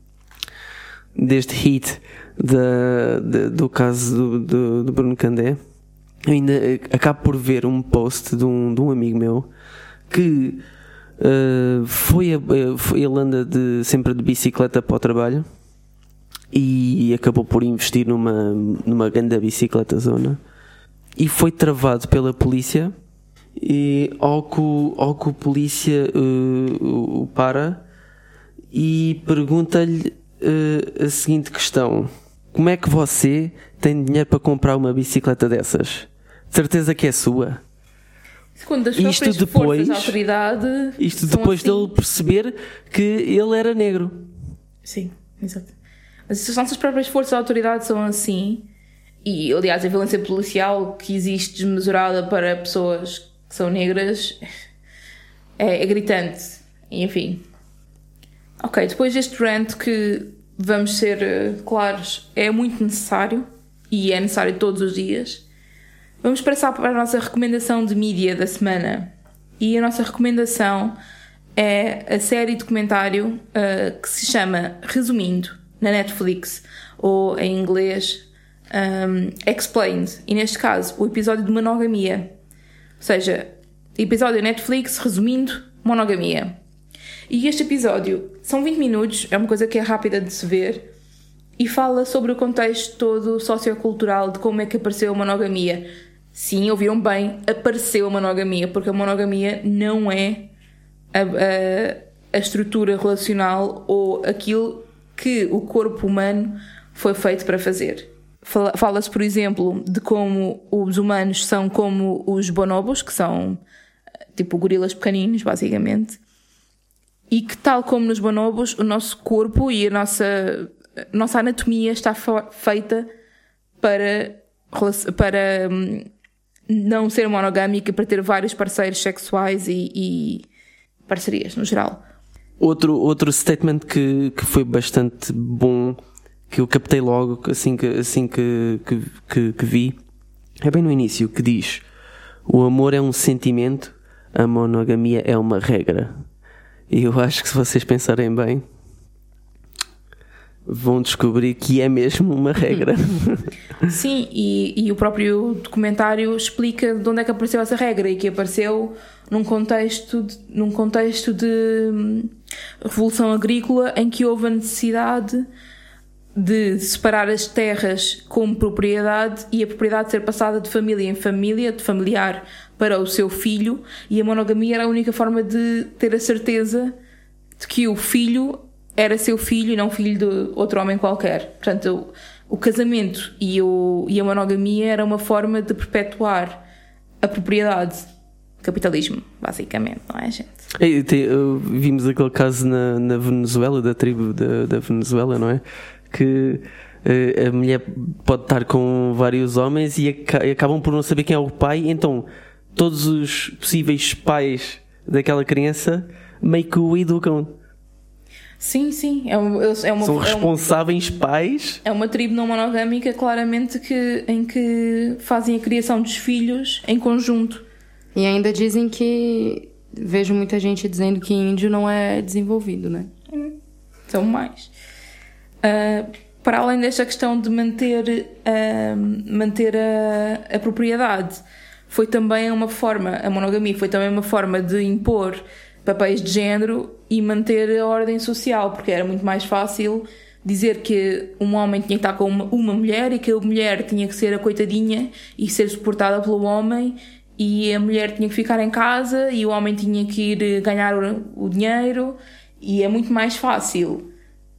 deste hit da, de, do caso do, do, do Bruno Candé, eu ainda acabo por ver um post de um, de um amigo meu que uh, foi, a, foi ele anda de, sempre de bicicleta para o trabalho e acabou por investir numa, numa grande bicicleta zona e foi travado pela polícia. E ao que, ao que o polícia uh, o para e pergunta-lhe uh, a seguinte questão: como é que você tem dinheiro para comprar uma bicicleta dessas? De certeza que é sua? Quando as isto depois, forças de autoridade isto depois assim. dele perceber que ele era negro. Sim, exato. Mas as nossas próprias forças de autoridade são assim. E aliás a violência policial que existe desmesurada para pessoas que são negras é, é gritante. E, enfim. Ok, depois deste rant, que vamos ser uh, claros, é muito necessário e é necessário todos os dias, vamos passar para a nossa recomendação de mídia da semana. E a nossa recomendação é a série documentário uh, que se chama Resumindo, na Netflix, ou em inglês um, Explained, e neste caso o episódio de monogamia, ou seja, episódio Netflix resumindo monogamia. E este episódio são vinte minutos, é uma coisa que é rápida de se ver e fala sobre o contexto todo sociocultural de como é que apareceu a monogamia. Sim, ouviram bem, apareceu a monogamia, porque a monogamia não é a, a, a estrutura relacional ou aquilo que o corpo humano foi feito para fazer. Fala-se, por exemplo, de como os humanos são como os bonobos, que são tipo gorilas pequeninos, basicamente, e que, tal como nos bonobos, o nosso corpo e a nossa, a nossa anatomia está feita para, para não ser monogâmica, para ter vários parceiros sexuais e, e parcerias, no geral. Outro, outro statement que, que foi bastante bom, que eu captei logo assim que, assim que, que, que, que vi, é bem no início, que diz: o amor é um sentimento, a monogamia é uma regra. E eu acho que, se vocês pensarem bem, vão descobrir que é mesmo uma regra. Sim, e, e o próprio documentário explica de onde é que apareceu essa regra, e que apareceu num contexto de, num contexto de hum, revolução agrícola, em que houve a necessidade de separar as terras como propriedade e a propriedade ser passada de família em família, de familiar para o seu filho, e a monogamia era a única forma de ter a certeza de que o filho era seu filho e não filho de outro homem qualquer. Portanto, o, o casamento e, o, e a monogamia era uma forma de perpetuar a propriedade. Capitalismo, basicamente, não é, gente? E, te, uh, vimos aquele caso na, na Venezuela, da tribo da, da Venezuela, não é? Que uh, a mulher pode estar com vários homens e, aca- e acabam por não saber quem é o pai, então todos os possíveis pais daquela criança meio que o educam. Sim, sim. É uma, é uma, São responsáveis é uma, pais. É uma tribo não monogâmica, claramente, que, em que fazem a criação dos filhos em conjunto. E ainda dizem que... Vejo muita gente dizendo que índio não é desenvolvido, né? Hum, são mais. Uh, para além desta questão de manter, uh, manter a, a propriedade, foi também uma forma, a monogamia foi também uma forma de impor papéis de género e manter a ordem social, porque era muito mais fácil dizer que um homem tinha que estar com uma, uma mulher e que a mulher tinha que ser a coitadinha e ser suportada pelo homem, e a mulher tinha que ficar em casa e o homem tinha que ir ganhar o, o dinheiro, e é muito mais fácil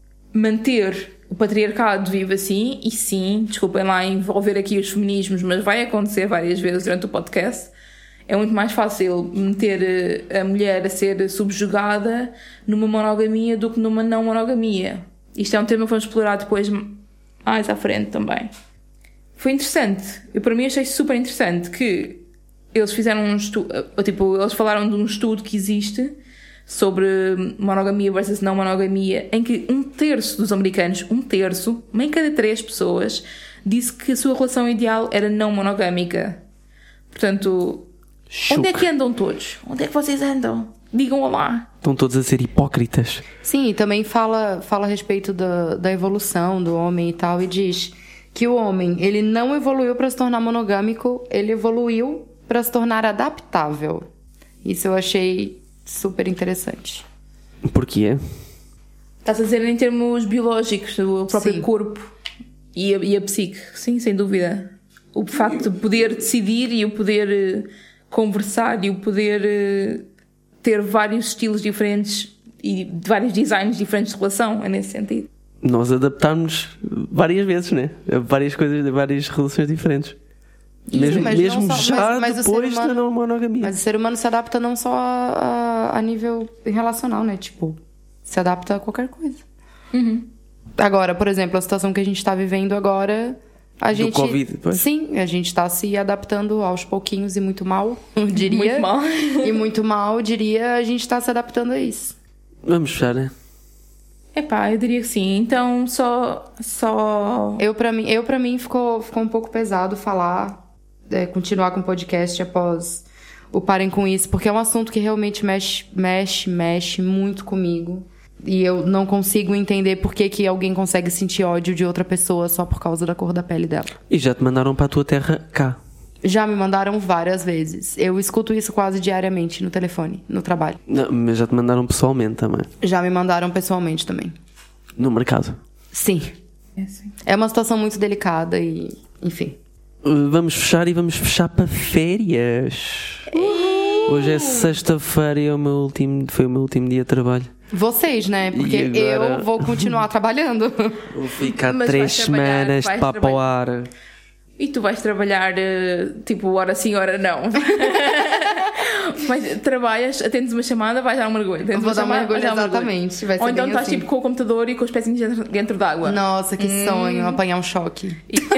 manter o patriarcado vivo assim. E sim, desculpem lá envolver aqui os feminismos, mas vai acontecer várias vezes durante o podcast. É muito mais fácil meter a mulher a ser subjugada numa monogamia do que numa não monogamia. Isto é um tema que vamos explorar depois mais à frente também. Foi interessante. Eu, para mim, achei super interessante que eles fizeram um estudo, tipo, eles falaram de um estudo que existe sobre monogamia versus não monogamia, em que um terço dos americanos, um terço, uma em cada três pessoas, disse que a sua relação ideal era não monogâmica. Portanto, Chuca. Onde é que andam todos? Onde é que vocês andam? Digam olá. Estão todos a ser hipócritas. Sim, e também fala, fala a respeito da, da evolução do homem e tal, e diz que o homem, ele não evoluiu para se tornar monogâmico, ele evoluiu para se tornar adaptável. Isso eu achei super interessante. Por quê? Estás a dizer em termos biológicos, do próprio Sim. corpo e a, e a psique. Sim, sem dúvida. O facto de poder decidir e o poder conversar e o poder ter vários estilos diferentes e vários designs diferentes de relação, é nesse sentido. Nós adaptámos várias vezes, né? A várias coisas, a várias relações diferentes. Sim, mesmo mas mesmo não só- já mas- mas o ser depois humano- da não monogamia. Mas o ser humano se adapta não só a, a, a nível relacional, né? Tipo, se adapta a qualquer coisa. Uhum. Agora, por exemplo, a situação que a gente tá vivendo agora, a gente... Covid, pois. Sim, a gente tá se adaptando aos pouquinhos e muito mal, eu diria. Muito mal. E muito mal, diria, a gente tá se adaptando a isso. Vamos fechar, né? Epá, eu diria que sim. Então, só... só... Eu, pra mim, eu, pra mim ficou, ficou um pouco pesado falar, é, continuar com o podcast após o Parem Com Isso, porque é um assunto que realmente mexe, mexe, mexe muito comigo. E eu não consigo entender por que, que alguém consegue sentir ódio de outra pessoa só por causa da cor da pele dela. E já te mandaram para a tua terra cá? Já me mandaram várias vezes. Eu escuto isso quase diariamente no telefone, no trabalho. Não, mas já te mandaram pessoalmente também? Já me mandaram pessoalmente também. No mercado? Sim. É, sim. É uma situação muito delicada e... Enfim. Uh, Vamos fechar e vamos fechar para férias. Uhul. Hoje é sexta-feira e é o meu último, foi o meu último dia de trabalho. Vocês, né? Porque agora... eu vou continuar trabalhando. Vou ficar Mas três vais trabalhar, semanas de vais papo ao ar. E tu vais trabalhar, eh, tipo, hora sim, hora não. Mas trabalhas, atendes uma chamada, vais dar um mergulho. Atendes Vou uma dar um chamada, mergulho, vais dar um exatamente. Vai ser Ou então bem estás assim. tipo com o computador e com os pezinhos dentro, dentro d'água. Nossa, que hum. sonho, apanhar um choque.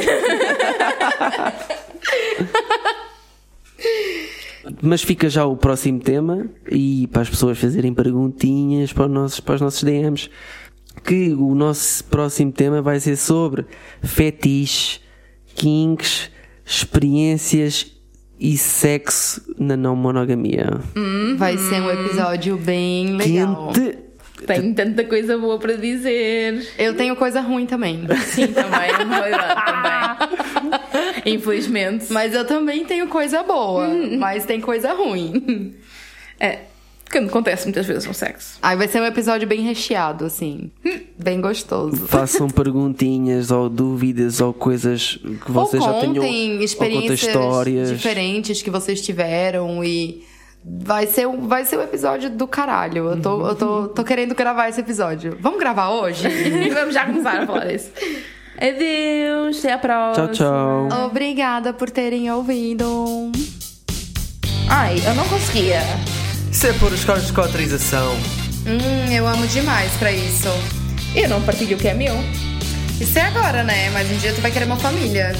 Mas fica já o próximo tema e para as pessoas fazerem perguntinhas para os nossos, para os nossos D Ms, que o nosso próximo tema vai ser sobre fetiche, kinks, experiências e sexo na não monogamia. Hum, vai ser um episódio bem legal. Quente. Tenho tanta coisa boa para dizer. Eu tenho coisa ruim também. Sim, também. também. Infelizmente. Mas eu também tenho coisa boa. Mas tem coisa ruim. É. Que acontece muitas vezes com sexo. Aí vai ser um episódio bem recheado, assim. Bem gostoso. Façam perguntinhas ou dúvidas ou coisas que vocês ou já tenham. Contem experiências ou histórias diferentes que vocês tiveram e vai ser, vai ser um episódio do caralho. Eu tô, eu tô, tô querendo gravar esse episódio. Vamos gravar hoje? Vamos já começar a falar disso. Adeus, até a próxima. Tchau, tchau. Obrigada por terem ouvido. Ai, eu não conseguia. Isso é por os cargos de autorização. Hum, eu amo demais pra isso. Eu não partilho o que é meu. Isso é agora, né? Mas um dia tu vai querer uma família.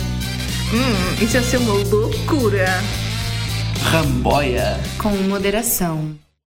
Hum, isso ia ser uma loucura. Ramboia. Com moderação.